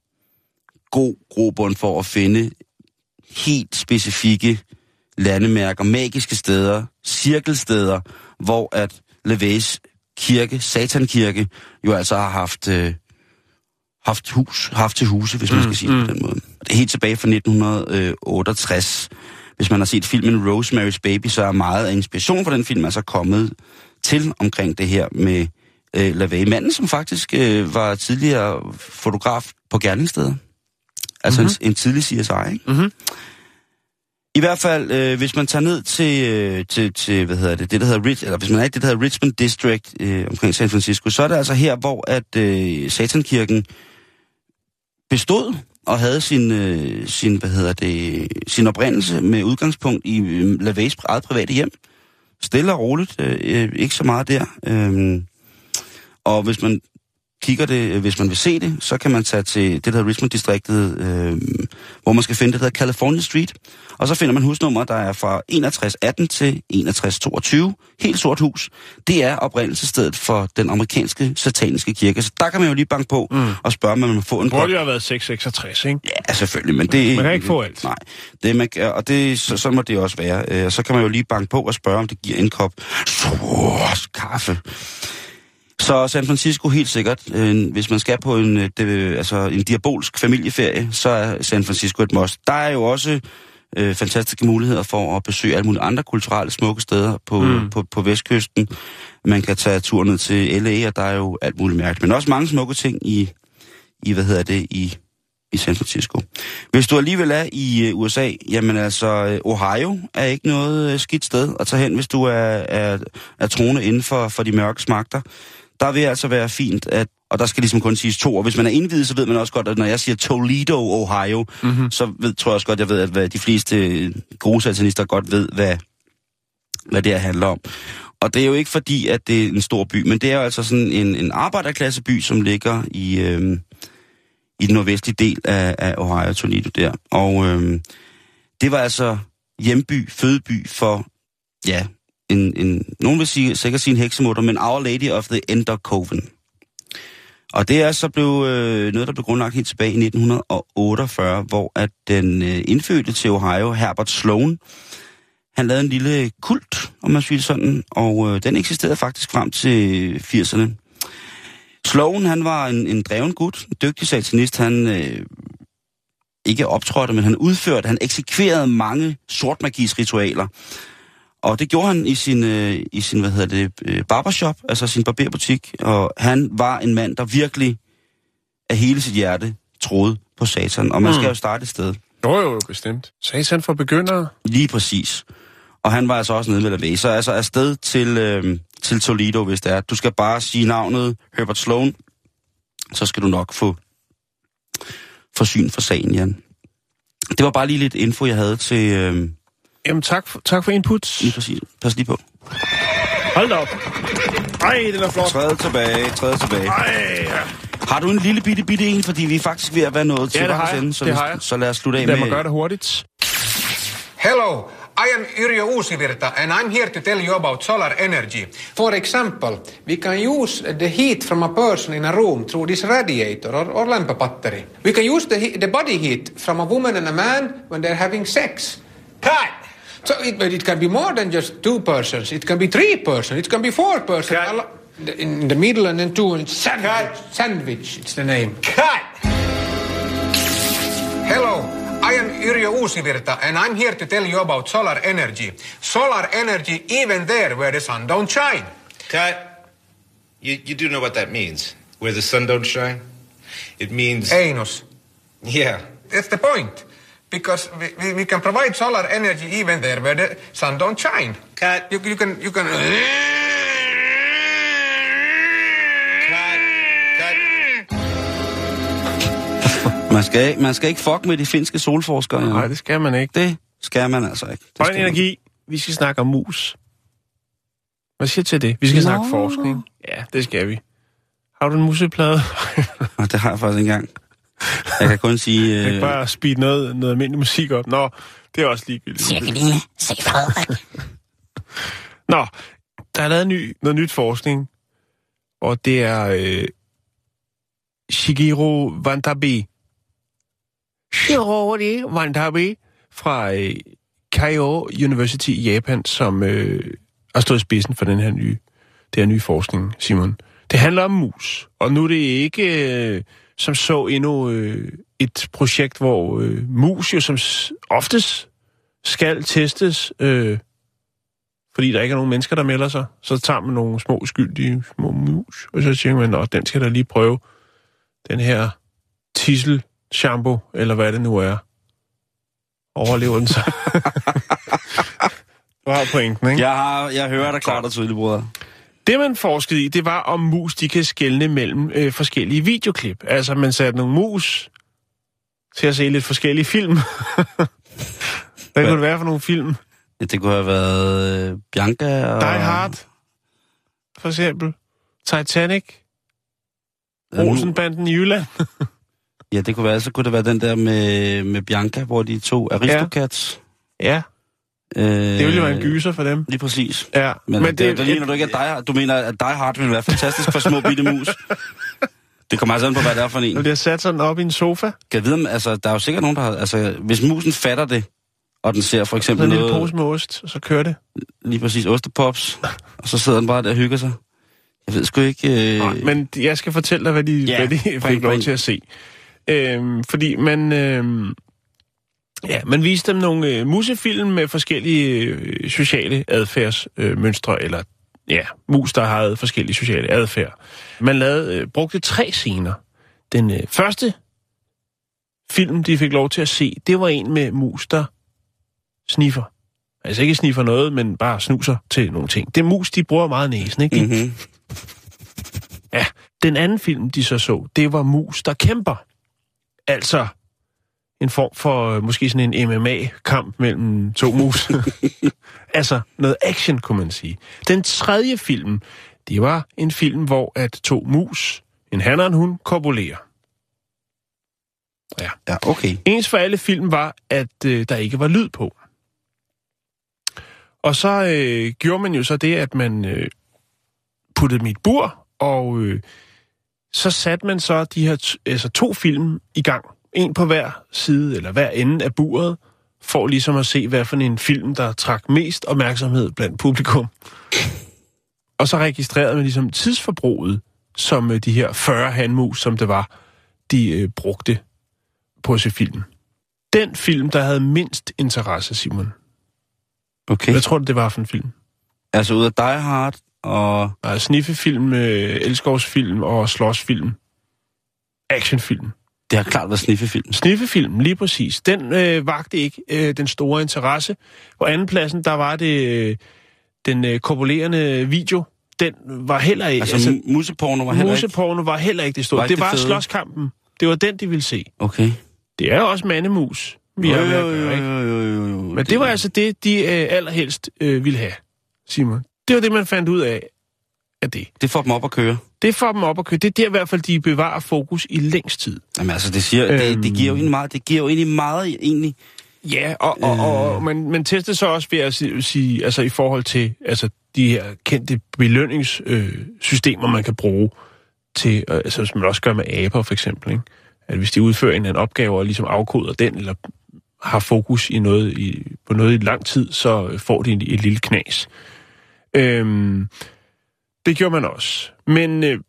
god grobund for at finde helt specifikke landemærker, magiske steder, cirkelsteder, hvor at LaVeys kirke, satankirke, jo altså har haft, øh, haft hus, haft til huse, hvis man skal sige det mm. på den måde. Og det er helt tilbage fra nitten otteogtres. Hvis man har set filmen Rosemary's Baby, så er meget af inspiration for den film altså kommet til omkring det her med øh, LaVey. Manden, som faktisk øh, var tidligere fotograf på gerningssteder. Altså mm-hmm. en, en tidlig C S I, ikke? Mm-hmm. I hvert fald, øh, hvis man tager ned til, øh, til, til, hvad hedder det, det der hedder Rich, eller hvis man er i det der hedder Richmond District øh, omkring San Francisco, så er det altså her, hvor at øh, Satankirken bestod og havde sin, øh, sin, hvad hedder det, sin oprindelse med udgangspunkt i øh, LaVeys eget private hjem. Stille og roligt, øh, ikke så meget der. Øh, og hvis man kigger det, hvis man vil se det, så kan man tage til det, der hedder Richmond-distriktet, øh, hvor man skal finde det, der hedder California Street. Og så finder man husnummer, der er fra enogtres atten til enogtres toogtyve. Helt sort hus. Det er oprindelsesstedet for den amerikanske sataniske kirke. Så der kan man jo lige banke på mm. og spørge, om man må få en... Det burde jo have været seks seksogtres, ikke? Ja, selvfølgelig, men det... Man kan ikke få alt. Nej, det, man, og det, så, sådan må det også være. Så kan man jo lige banke på og spørge, om det giver en kop sort kaffe. Så San Francisco helt sikkert, øh, hvis man skal på en, det, altså en diabolsk familieferie, så er San Francisco et must. Der er jo også øh, fantastiske muligheder for at besøge alle mulige andre kulturelle smukke steder på, mm. på, på vestkysten. Man kan tage tur ned til L A, og der er jo alt muligt mærkeligt. Men også mange smukke ting i, i hvad hedder det, i, i San Francisco. Hvis du alligevel er i U S A, jamen altså, Ohio er ikke noget skidt sted at tage hen, hvis du er, er, er troende inden for, for de mørke magter. Der vil altså være fint, at, og der skal ligesom kun siges to, og hvis man er indvidet, så ved man også godt, at når jeg siger Toledo, Ohio, mm-hmm. så ved, tror jeg også godt, jeg ved, at hvad de fleste gode satanister godt ved, hvad, hvad det her handler om. Og det er jo ikke fordi, at det er en stor by, men det er jo altså sådan en, en arbejderklasseby, som ligger i, øh, i den nordvestlige del af, af Ohio, Toledo der. Og øh, det var altså hjemby, fødeby for, ja... En, en, nogen vil sige, sikkert sige en heksemutter, men Our Lady of the End of Coven. Og det er så blev, øh, noget, der blev grundlagt helt tilbage i nitten otteogfyrre, hvor at den øh, indfødte til Ohio, Herbert Sloan, han lavede en lille kult, om man siger sådan, og øh, den eksisterede faktisk frem til firserne. Sloan, han var en, en dreven gut, en dygtig satanist, han øh, ikke optrådte, men han udførte, han eksekverede mange sortmagisritualer. Og det gjorde han i sin, øh, i sin hvad hedder det, øh, barbershop, altså sin barberbutik. Og han var en mand, der virkelig af hele sit hjerte troede på Satan. Og man mm. skal jo starte et sted. Jo, jo, bestemt. Satan for begyndere. Lige præcis. Og han var altså også nede med LaVey. Så altså afsted til, øh, til Toledo, hvis det er. Du skal bare sige navnet Herbert Sloan. Så skal du nok få, få syn for sagen, Jan. Det var bare lige lidt info, jeg havde til... Øh, Jamen, tak for, tak for input. Lige præcis. Pas lige på. Hold da op. Ej, den er flot. Træde tilbage, træde tilbage. Ej, ja. Har du en lille bitte, bitte en, fordi vi er faktisk ved at være nået til ja, vejs ende, så, så lad os slutte af lad med... Lad mig gøre det hurtigt. Hello, I am Yrjö Uusivirta and I'm here to tell you about solar energy. For example, we can use the heat from a person in a room through this radiator or, or lamp battery. We can use the, the body heat from a woman and a man when they're having sex. Cut! So it, but it can be more than just two persons. It can be three persons. It can be four persons. Cut. In the middle and then two. And sandwich. Cut. Sandwich, it's the name. Cut! Hello, I am Yrjö Uusivirta and I'm here to tell you about solar energy. Solar energy even there where the sun don't shine. Cut. You, you do know what that means. Where the sun don't shine? It means... Anus. Yeah. That's the point. Because we, we, we can provide solar energy even there where the sun don't shine. Cut. You, you can... You can Cut. Cut. Man skal, man skal ikke fuck med de finske solforskere. Ja. Nej, det skal man ikke. Det skal man altså ikke. Grøn energi. Vi skal snakke om mus. Hvad siger du til det? Vi skal Nå. snakke forskning. Ja, det skal vi. Har du en museplade? Nej, det har jeg faktisk ikke engang. Jeg kan kun sige... Jeg Øh... kan bare speede noget, noget almindelig musik op. Nå, det er også ligegyldigt. Cirkeline, se Frederik. Nå, der er lavet ny, noget nyt forskning, og det er øh, Shigeru Watanabe. Shigeru Watanabe fra øh, Keio University i Japan, som øh, har stået i spidsen for den her nye, det her nye forskning, Simon. Det handler om mus, og nu er det ikke øh, som så endnu øh, et projekt, hvor øh, mus jo som oftest skal testes, øh, fordi der ikke er nogen mennesker, der melder sig. Så tager man nogle små skyldige små mus, og så tænker man, at den skal da lige prøve den her tissel shampoo, eller hvad det nu er. Overlever den så? Du har pointen, ikke? Jeg, har, jeg hører dig klart og tydeligt, bruder. Det, man forskede i, det var, om mus de kan skelne mellem øh, forskellige videoklip. Altså, man satte nogle mus til at se lidt forskellige film. Hvad kunne det være for nogle film? Ja, det kunne have været øh, Bianca og... Die Hard, for eksempel. Titanic. Olsenbanden i Jylland. Ja, det kunne være, så kunne det være den der med, med Bianca, hvor de to Aristocats. Ja. Øh, det ville jo være en gyser for dem. Lige præcis. Ja. Men, Men det, det, det mener du ikke, at Die Hard, du mener, at Die Hard ville være fantastisk for små bitte mus. Det kommer altså an på, hvad det er for en. Og det har sat sådan op i en sofa. Kan jeg vide, altså, der er jo sikkert nogen, der har... Altså, hvis musen fatter det, og den ser for eksempel noget... noget... en lille pose med ost, og så kører det. Lige præcis, ostepops. Og så sidder den bare der og hygger sig. Jeg ved sgu ikke... Øh... Nej, men jeg skal fortælle dig, hvad de, ja, hvad de fik lov til at se. Øhm, fordi man... Øhm, ja, man viste dem nogle øh, musefilm med forskellige øh, sociale adfærdsmønstre, øh, eller ja, mus, der havde forskellige sociale adfærd. Man lavede, øh, brugte tre scener. Den øh, første film, de fik lov til at se, det var en med mus, der sniffer. Altså ikke sniffer noget, men bare snuser til nogle ting. Det er mus, de bruger meget næsen, ikke? Mm-hmm. Ja, den anden film, de så så, det var mus, der kæmper. Altså en form for måske sådan en M M A-kamp mellem to mus. Altså noget action, kunne man sige. Den tredje film, det var en film, hvor at to mus, en han og en hund, korpulerer. Ja. Ja, okay. Ens for alle film var, at øh, der ikke var lyd på. Og så øh, gjorde man jo så det, at man øh, puttede dem i et bur, og øh, så satte man så de her t- altså to film i gang. En på hver side, eller hver ende af buret, for ligesom at se, hvad for en film, der trak mest opmærksomhed blandt publikum. Og så registrerede man ligesom tidsforbruget, som øh, de her fyrre handmus, som det var, de øh, brugte på at se film. Den film, der havde mindst interesse, Simon. Okay. Hvad tror du, det var for en film? Altså ud af Die Hard og... Nej, sniffefilm, øh, elskovsfilm og slåsfilm. Actionfilm. Det har klart været sniffefilm. Sniffefilm, lige præcis. Den øh, vagte ikke øh, den store interesse. På andenpladsen, der var det øh, den øh, korpulerende video. Den var heller ikke... Altså, altså museporno var heller ikke... Museporno var heller ikke det store. Var Det var det slåskampen. Det var den, de ville se. Okay. Det er jo også mandemus, vi har med at gøre, ikke? Jo, jo, jo, jo. Men det, det var altså det, de øh, allerhelst øh, ville have, Simon. Det var det, man fandt ud af, af det. Det får dem op at køre. Det får dem op at køre. Det er der i hvert fald, de bevarer fokus i længst tid. Jamen altså, det, siger, øhm... det, det giver jo egentlig meget, det giver jo egentlig meget, egentlig... Ja, og, og, og, og man, man testede så også ved at sige, sige, altså i forhold til altså, de her kendte belønningssystemer, øh, man kan bruge til, altså som man også gør med aber for eksempel, ikke? At hvis de udfører en eller anden opgave og ligesom afkoder den, eller har fokus i noget i, på noget i lang tid, så får de et, et lille knas. Øhm, det gjorde man også. Men øh,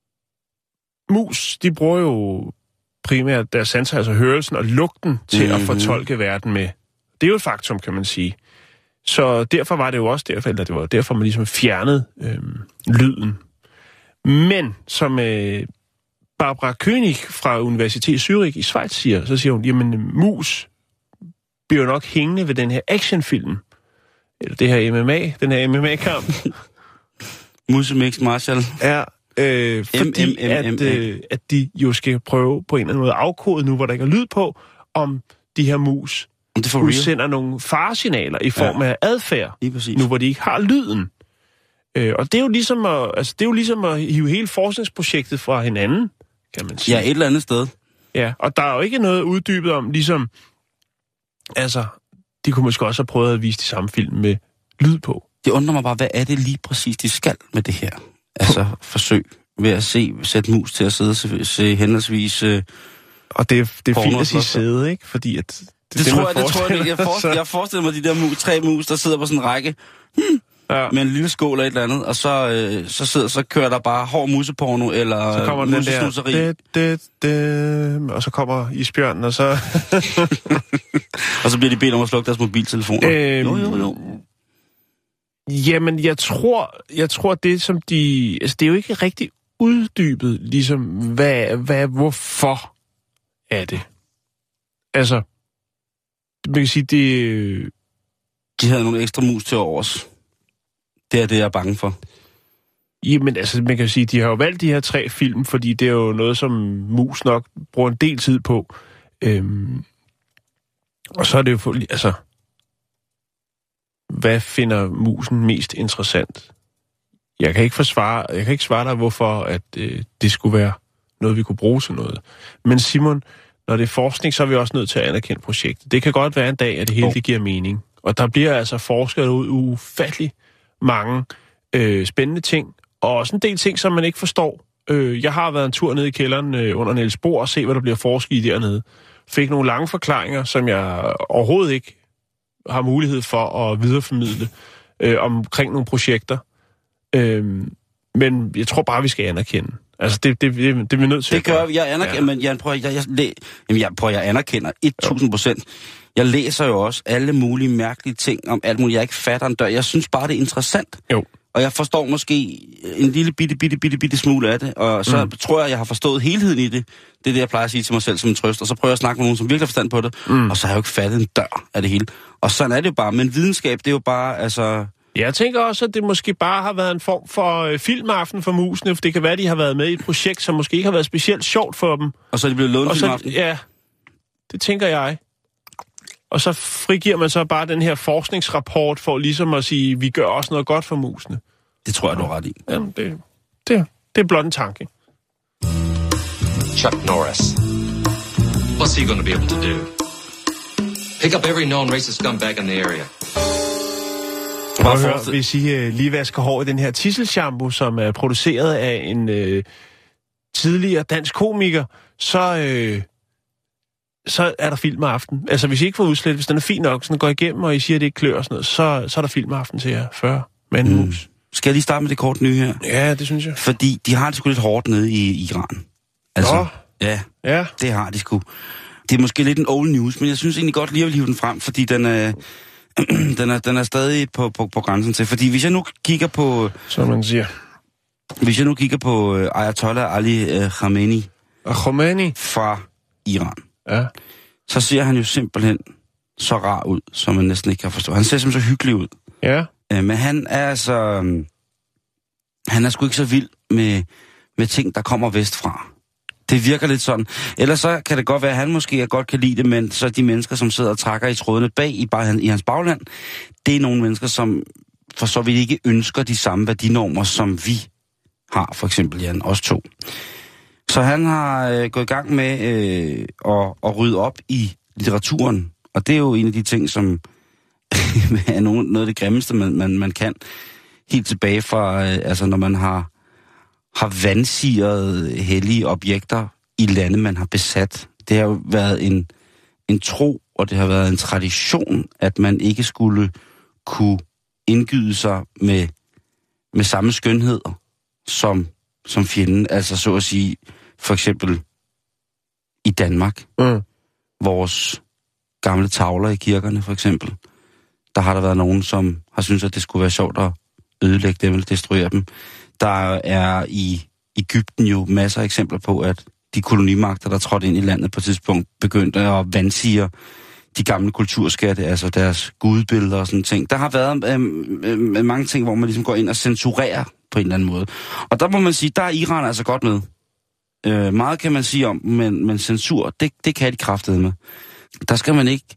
mus, de bruger jo primært deres sanser, altså hørelsen og lugten, til mm-hmm. at fortolke verden med. Det er jo et faktum, kan man sige. Så derfor var det jo også derfor, eller det var derfor, man ligesom fjernede øh, lyden. Men som øh, Barbara König fra Universitet Zürich i Schweiz siger, så siger hun, jamen mus bliver nok hængende ved den her actionfilm. Eller det her M M A, den her M M A-kamp. Musemix Marshall. Ja, øh, fordi at, øh, at de jo skal prøve på en eller anden måde at afkode nu, hvor der ikke er lyd på, om de her mus udsender nogle faresignaler i form ja. af adfærd, nu hvor de ikke har lyden. Øh, og det er jo ligesom at, altså, det er jo ligesom at hive hele forskningsprojektet fra hinanden, kan man sige. Ja, et eller andet sted. Ja, og der er jo ikke noget uddybet om, ligesom... Altså, de kunne måske også have prøvet at vise de samme film med lyd på. Det undrer mig bare, hvad er det lige præcis, de skal med det her? Altså, forsøg ved at se, sætte mus til at sidde og se, se henholdsvis... Øh, og det, det er fint at sige sæde, ikke? Fordi at... Det, det, det tror jeg, det tror jeg ikke. Jeg forestiller, jeg forestiller mig de der mus, tre mus, der sidder på sådan en række... Hmm, ja. Med en lille skål eller et eller andet, og så, øh, så, sidder, så kører der bare hård museporno, eller så kommer den der, det, det, det, og så kommer isbjørnen, og så... og så bliver de bedt om at slukke deres mobiltelefoner. Øhm, jo, jo, jo. Jamen, jeg tror, jeg tror det, som de... Altså, det er jo ikke rigtig uddybet, ligesom, hvad, hvad, hvorfor er det? Altså, man kan sige, det... De havde nogle ekstra mus til overs. Det er det, jeg er bange for. Jamen, altså, man kan sige, de har jo valgt de her tre film, fordi det er jo noget, som mus nok bruger en del tid på. Øhm, og så er det jo for, altså... Hvad finder musen mest interessant? Jeg kan ikke forsvare, jeg kan ikke svare dig, hvorfor at, øh, det skulle være noget, vi kunne bruge til noget. Men Simon, når det er forskning, så er vi også nødt til at anerkende projektet. Det kan godt være en dag, at det hele det giver mening. Og der bliver altså forsket ud ufattelig mange øh, spændende ting, og også en del ting, som man ikke forstår. Øh, jeg har været en tur ned i kælderen øh, under Niels Bohr og se, hvad der bliver forsket i dernede. Fik nogle lange forklaringer, som jeg overhovedet ikke har mulighed for at videreformidle øh, omkring nogle projekter. Øh, men jeg tror bare, vi skal anerkende. Altså, det, det, det, det er vi nødt til. Det gør vi. Jeg anerkender, ja. Men jeg prøver, jeg, jeg, jeg, jamen, jeg, prøver, jeg anerkender tusind procent. Jeg læser jo også alle mulige mærkelige ting om alt muligt. Jeg ikke fatter en dør. Jeg synes bare, det er interessant. Jo. Og jeg forstår måske en lille bitte, bitte, bitte, bitte smule af det. Og så mm. tror jeg, jeg har forstået helheden i det. Det er det, jeg plejer at sige til mig selv som en trøst. Og så prøver jeg at snakke med nogen, som virkelig har forstand på det. Mm. Og så har jeg jo ikke fattet en dør af det hele. Og sådan er det jo bare. Men videnskab, det er jo bare, altså... Jeg tænker også, at det måske bare har været en form for øh, filmaften for musene. For det kan være, at de har været med i et projekt, som måske ikke har været specielt sjovt for dem. Og så er de blevet lånt filmaften? Ja, det tænker jeg. Og så frigiver man så bare den her forskningsrapport for ligesom at sige, vi gør også noget godt for musene. Det tror jeg, du har ret i. Jamen, det, det, det er blot en tanke. Chuck Norris. What's he going to be able to do? Pick up every known racist scumbag in the area. Prøv at høre, hvis I uh, lige vasker hår i den her tisselshampoo, som er produceret af en uh, tidligere dansk komiker, så, uh, så er der filmaften. Altså, hvis I ikke får udslet, hvis den er fin nok, så den går igennem, og I siger, at det ikke klør og sådan noget, så, så er der filmaften til jer før med en mm. mus. Skal jeg lige starte med det kort nye her? Ja, det synes jeg. Fordi de har det sgu lidt hårdt nede i Iran. Altså, Nå. Ja, ja, det har de sgu. Det er måske lidt en old news, men jeg synes egentlig godt lige at hive den frem, fordi den er, den er, den er stadig på, på, på grænsen til. Fordi hvis jeg nu kigger på... Som man siger. Hvis jeg nu kigger på Ayatollah Ali uh, Khamenei... Khomeini? Fra Iran. Ja. Så ser han jo simpelthen så rar ud, som man næsten ikke kan forstå. Han ser simpelthen så hyggelig ud. Ja. Uh, men han er altså... Um, han er sgu ikke så vild med, med ting, der kommer vestfra. Det virker lidt sådan. Ellers så kan det godt være, at han måske godt kan lide det, men så de mennesker, som sidder og trækker i trådene bag i, bare, i hans bagland, det er nogle mennesker, som for så vidt ikke ønsker de samme værdinormer, som vi har, for eksempel Jan, os to. Så han har øh, gået i gang med øh, at, at rydde op i litteraturen, og det er jo en af de ting, som er noget af det grimmeste, man, man, man kan. Helt tilbage fra, øh, altså når man har har vandsiret hellige objekter i lande, man har besat. Det har jo været en, en tro, og det har været en tradition, at man ikke skulle kunne indgyde sig med, med samme skønhed som, som fjenden. Altså så at sige, for eksempel i Danmark. Mm. Vores gamle tavler i kirkerne, for eksempel. Der har der været nogen, som har syntes, at det skulle være sjovt at ødelægge dem eller destruere dem. Der er i Egypten jo masser af eksempler på, at de kolonimagter, der trådte ind i landet på et tidspunkt, begyndte at vandsige de gamle kulturskatte, altså deres gudbilleder og sådan ting. Der har været øh, øh, mange ting, hvor man ligesom går ind og censurerer på en eller anden måde. Og der må man sige, der er Iran altså godt med. Øh, meget kan man sige om, men, men censur, det, det kan de kraftede med. Der skal man ikke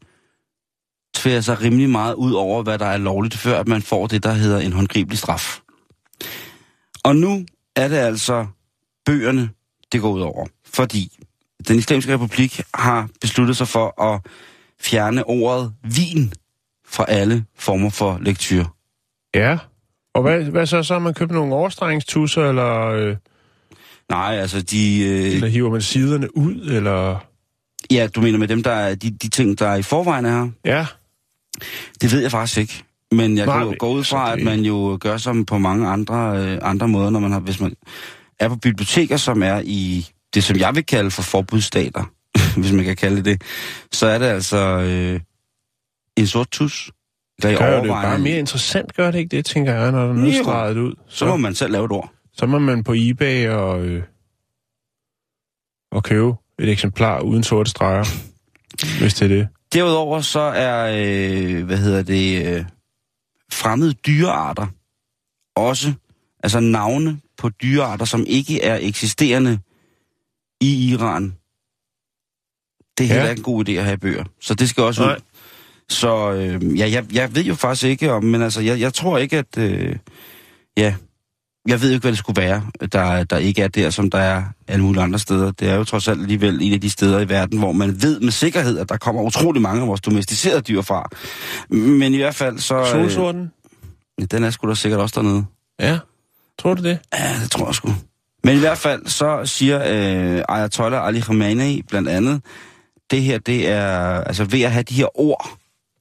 tvære sig rimelig meget ud over, hvad der er lovligt, før at man får det, der hedder en håndgribelig straf. Og nu er det altså bøgerne, det går ud over. Fordi den islamiske republik har besluttet sig for at fjerne ordet vin fra alle former for lektyr. Ja, og hvad, hvad så? Så har man købt nogle overstregingstusser, eller... Øh, Nej, altså de... Øh, eller hiver man siderne ud, eller... Ja, du mener med dem, der er, de, de ting, der er i forvejen her? Ja. Det ved jeg faktisk ikke. Men jeg Nej, kan jo gå ud fra, det... at man jo gør som på mange andre, øh, andre måder, når man har, hvis man er på biblioteker, som er i det, som jeg vil kalde for forbudsstater, hvis man kan kalde det, så er det altså øh, en sort tus. Der det gør det bare mere interessant, gør det ikke det, tænker jeg, når der er noget streget ud. Så, så må man selv lave et ord. Så må man på eBay og, øh, og købe et eksemplar uden sorte streger, hvis det er det. Derudover så er, øh, hvad hedder det, øh, fremmede dyrearter også, altså navne på dyrearter, som ikke er eksisterende i Iran. Det er heller ja. ikke en god idé at have i bøger. Så det skal også Nej. ud. Så øh, ja, jeg, jeg ved jo faktisk ikke om, men altså, jeg, jeg tror ikke, at, øh, ja, jeg ved jo ikke, hvad det skulle være, der, der ikke er der, som der er alle mulige andre steder. Det er jo trods alt alligevel en af de steder i verden, hvor man ved med sikkerhed, at der kommer utrolig mange af vores domesticerede dyr fra. Men i hvert fald så... Solsorten? Øh, den er sgu da sikkert også dernede. Ja, tror du det? Ja, det tror jeg sgu. Men i hvert fald så siger øh, Ayatollah Ali Khamenei blandt andet, det her, det er altså ved at have de her ord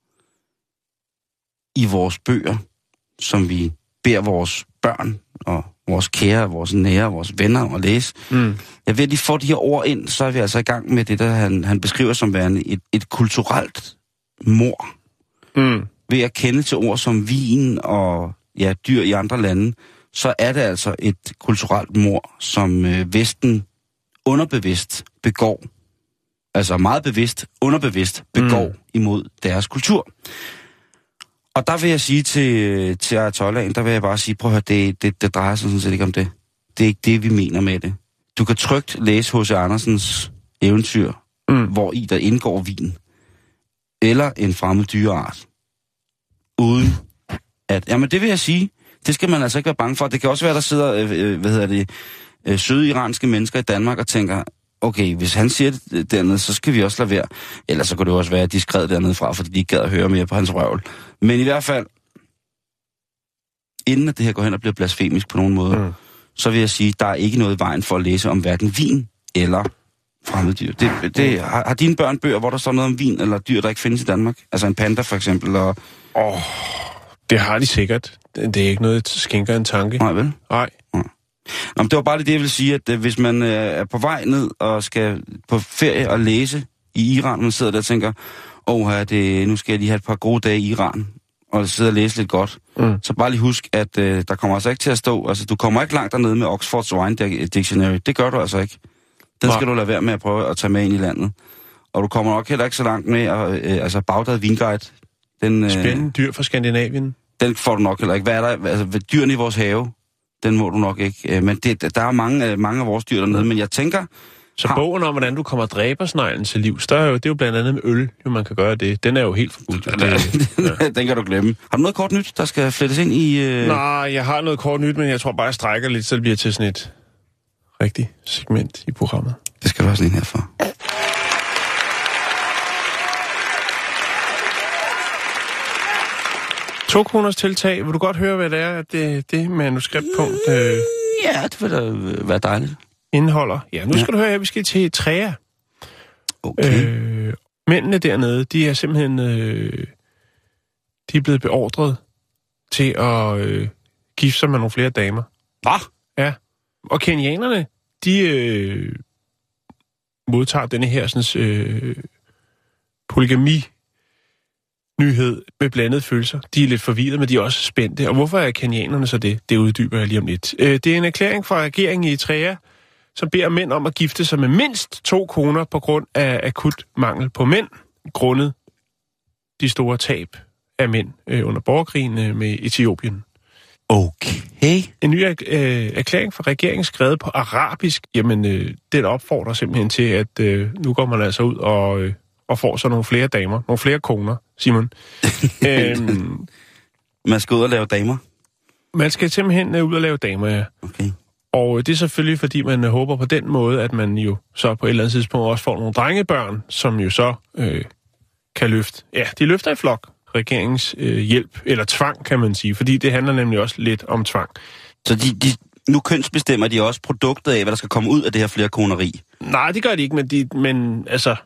i vores bøger, som vi beder vores børn og vores kære, vores nære, vores venner om at læse. Mm. Jeg ved, at de får de her ord ind, så er vi altså i gang med det, der han, han beskriver som værende et, et kulturelt mord. Mm. Ved at kende til ord som vin og ja, dyr i andre lande, så er det altså et kulturelt mord, som øh, Vesten underbevidst begår. Altså meget bevidst, underbevidst begår mm. imod deres kultur. Og der vil jeg sige til, til Ayatollahen, der vil jeg bare sige, prøv at høre, det, det, det drejer sig sådan set ikke om det. Det er ikke det, vi mener med det. Du kan trygt læse H C Andersens eventyr, mm. hvor i der indgår vin, eller en fremmed dyreart, uden at... Jamen det vil jeg sige, det skal man altså ikke være bange for. Det kan også være, der sidder, øh, hvad hedder det, øh, søde iranske mennesker i Danmark og tænker, okay, hvis han siger det dernede, så skal vi også lade være. Ellers så kunne det også være, at de skred dernede fra, fordi de ikke gad at høre mere på hans røvl. Men i hvert fald, inden at det her går hen og bliver blasfemisk på nogen måde, mm. så vil jeg sige, at der er ikke noget i vejen for at læse om hverken vin eller fremmeddyr. Det, det, har, har dine børn bøger, hvor der står noget om vin eller dyr, der ikke findes i Danmark? Altså en panda for eksempel? Og... Oh, det har de sikkert. Det er ikke noget, der skænker en tanke. Nej, vel? Nej. Nej. Nå, men det var bare det, jeg vil sige, at hvis man øh, er på vej ned og skal på ferie og læse i Iran, man sidder der og tænker, åh, her, det, nu skal jeg lige have et par gode dage i Iran, og sidde og læse lidt godt. Mm. Så bare lige husk, at øh, der kommer altså ikke til at stå, altså du kommer ikke langt dernede med Oxford's Wine Dictionary. Det gør du altså ikke. Den skal du lade være med at prøve at tage med ind i landet. Og du kommer nok heller ikke så langt med, at, øh, altså Bagdad Vinguide. Den, øh, Spændende dyr fra Skandinavien. Den får du nok heller ikke. Hvad er der? Altså dyrene i vores have, den må du nok ikke. Men det, der er mange, mange af vores dyr dernede, mm. men jeg tænker... Så har... bogen om, hvordan du kommer dræbersneglen til livs, der er jo, det er jo blandt andet med øl, jo man kan gøre det. Den er jo helt forbudt. Ja. Den kan du glemme. Har du noget kort nyt, der skal flettes ind i... Øh... Nej, jeg har noget kort nyt, men jeg tror bare, jeg strækker lidt, så det bliver til sådan et rigtigt segment i programmet. Det skal du også lige herfor. To kroners tiltag. Vil du godt høre, hvad det er, det, det manuskriptpunkt øh, ja, det vil da være dejligt. Indeholder? Ja, nu skal ja. du høre, at vi skal til Træa. Okay. Øh, mændene dernede, de er simpelthen øh, de er blevet beordret til at øh, gifte sig med nogle flere damer. Hvad? Ja. Og kenianerne, de øh, modtager denne her sådan, øh, polygami nyhed med blandede følelser. De er lidt forvirrede, men de er også spændte. Og hvorfor er kenianerne så det? Det uddyber jeg lige om lidt. Det er en erklæring fra regeringen i Eritrea, som beder mænd om at gifte sig med mindst to koner på grund af akut mangel på mænd, grundet de store tab af mænd under borgerkrigen med Etiopien. Okay. En ny øh, erklæring fra regeringen skrevet på arabisk, jamen øh, den opfordrer simpelthen til, at øh, nu går man altså ud og... Øh, og får så nogle flere damer, nogle flere koner, Simon. øhm, man skal ud og lave damer? Man skal simpelthen ud og lave damer, ja. Okay. Og det er selvfølgelig, fordi man håber på den måde, at man jo så på et eller andet tidspunkt også får nogle drengebørn, som jo så øh, kan løfte. Ja, de løfter i flok regeringens øh, hjælp, eller tvang, kan man sige, fordi det handler nemlig også lidt om tvang. Så de, de, nu kønsbestemmer de også produktet af, hvad der skal komme ud af det her flerkoneri? Nej, det gør de ikke, men, de, men altså...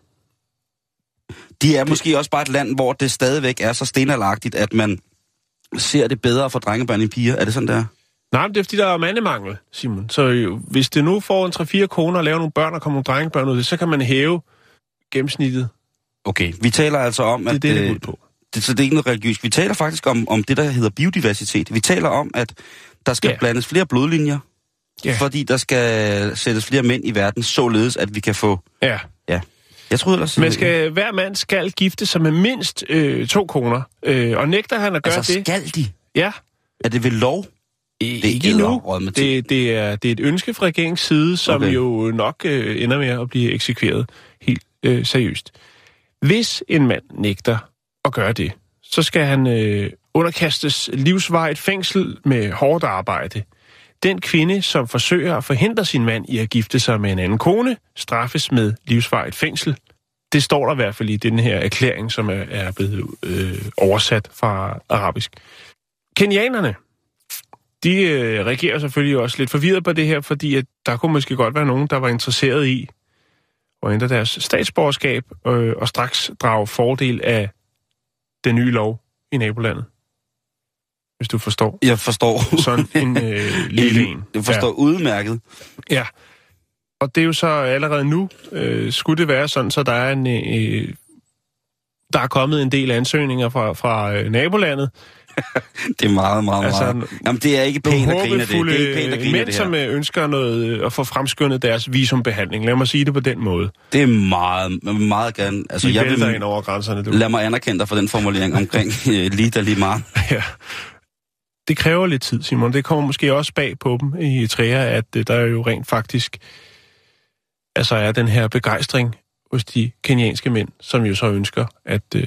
De er det... måske også bare et land, hvor det stadigvæk er så stenalderagtigt, at man ser det bedre for drengebørn end piger. Er det sådan, der? Nej, men det er fordi, der er mandemangel, Simon. Så jo, hvis det nu får en tre fire koner og laver nogle børn og kommer nogle drengebørn ud, så kan man hæve gennemsnittet. Okay, vi taler altså om, at... Det er det, det er ud på. Det, så det er ikke noget religiøst. Vi taler faktisk om, om det, der hedder biodiversitet. Vi taler om, at der skal yeah. blandes flere blodlinjer, yeah. fordi der skal sættes flere mænd i verden, således at vi kan få... Ja. Ja. Jeg troede ellers... Men skal, hver mand skal gifte sig med mindst øh, to koner, øh, og nægter han at gøre altså, det... Altså skal de? Ja. Er det ved lov? Det er ikke endnu. Det, det, er, det er et ønske fra regeringens side, som okay. jo nok øh, ender med at blive eksekveret helt øh, seriøst. Hvis en mand nægter at gøre det, så skal han øh, underkastes livsvarigt fængsel med hårdt arbejde. Den kvinde, som forsøger at forhindre sin mand i at gifte sig med en anden kone, straffes med livsvarigt fængsel. Det står der i hvert fald i den her erklæring, som er, er blevet øh, oversat fra arabisk. Kenianerne, de øh, reagerer selvfølgelig også lidt forvirret på det her, fordi at der kunne måske godt være nogen, der var interesseret i at ændre deres statsborgerskab øh, og straks drage fordel af den nye lov i nabolandet. Hvis du forstår. Jeg forstår. Sådan en øh, lille en. Du forstår ja. Udmærket. Ja. Og det er jo så allerede nu, øh, skulle det være sådan, så der er en, øh, der er kommet en del ansøgninger fra, fra øh, nabolandet. Det er meget, meget, altså, meget. Jamen, det er ikke pænt at grine af det. Det er ikke pænt at grine mænd, af det her. som ønsker noget at få fremskyndet deres visumbehandling. Lad mig sige det på den måde. Det er meget, meget gerne. Altså, de jeg vil ind over grænserne. Du. Lad mig anerkende dig for den formulering omkring lige der lige meget. Ja. Det kræver lidt tid, Simon. Det kommer måske også bag på dem i Eritrea, at der er jo rent faktisk altså er den her begejstring hos de kenyanske mænd, som jo så ønsker at øh,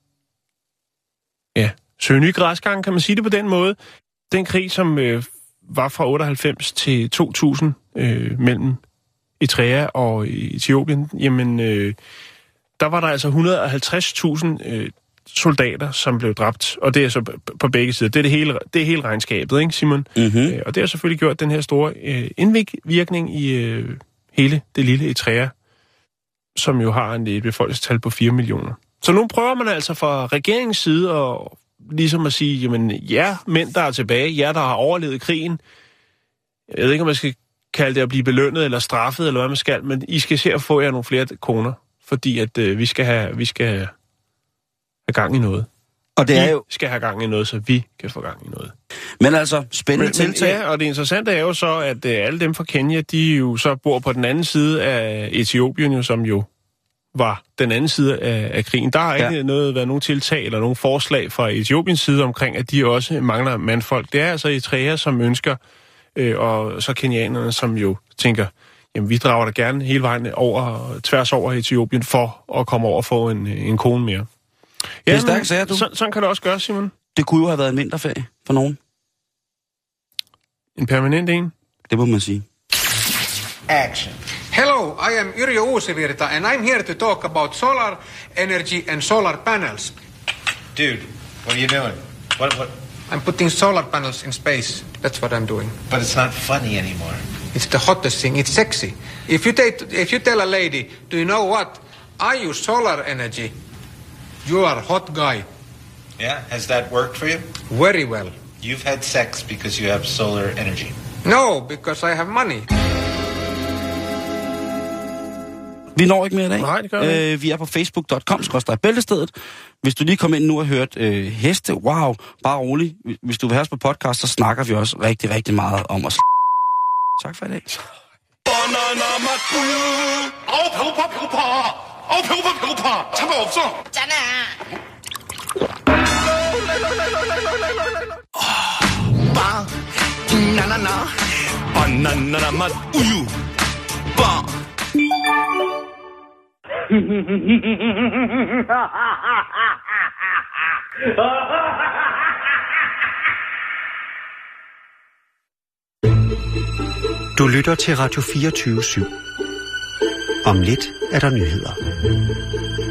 ja, søge nye græsgange, kan man sige det på den måde. Den krig, som øh, var fra otteoghalvfems til to tusind øh, mellem Eritrea og Etiopien, jamen øh, der var der altså et hundrede og halvtreds tusind øh, soldater, som blev dræbt, og det er så på begge sider. Det er det hele, det er hele regnskabet, ikke, Simon? Mm-hmm. Øh, og det har selvfølgelig gjort den her store øh, indvirkning i øh, hele det lille Eritrea, som jo har en befolkningstal på fire millioner. Så nu prøver man altså fra regeringens side at ligesom at sige, jamen, jer mænd, der er tilbage, jer, der har overlevet krigen, jeg ved ikke, om man skal kalde det at blive belønnet eller straffet, eller hvad man skal, men I skal se at få jer nogle flere koner, fordi at øh, vi skal have, vi skal have gang i noget. Og det er jo... Vi skal have gang i noget, så vi kan få gang i noget. Men altså, spændende men, tiltag. Men, ja, og det interessante er jo så, at øh, alle dem fra Kenya, de jo så bor på den anden side af Etiopien, jo, som jo var den anden side af, af krigen. Der har ikke ja. noget været nogen tiltag eller nogen forslag fra Etiopiens side omkring, at de også mangler mandfolk. Det er altså Eritrea, som ønsker, øh, og så kenianerne, som jo tænker, jamen vi drager da gerne hele vejen over, tværs over Etiopien for at komme over og få en, en kone mere. Ja, det er stærkt, sagde du. Så, sådan kan det også gøre, Simon. Det kunne jo have været en vinterferie for nogen. En permanent en? Det må man sige. Action. Hello, I am Yrjö Uusivirta, and I'm here to talk about solar energy and solar panels. Dude, what are you doing? What, what? I'm putting solar panels in space. That's what I'm doing. But it's not funny anymore. It's the hottest thing. It's sexy. If you, take, if you tell a lady, do you know what? I use solar energy. You are a hot guy. Yeah? Has that worked for you? Very well. You've had sex because you have solar energy. No, because I have money. Vi når ikke mere i dag. Nej, det gør vi. Øh, vi er på facebook punktum com skråstreg bæltestedet. Hvis du lige kom ind nu og hørt øh, heste, wow, bare rolig. Hvis du vil have os på podcast, så snakker vi også rigtig, rigtig meget om os. Tak for i dag. 바나나 맛 우유 빵 Du lytter til Radio fireogtyve syv. Om lidt er der nyheder.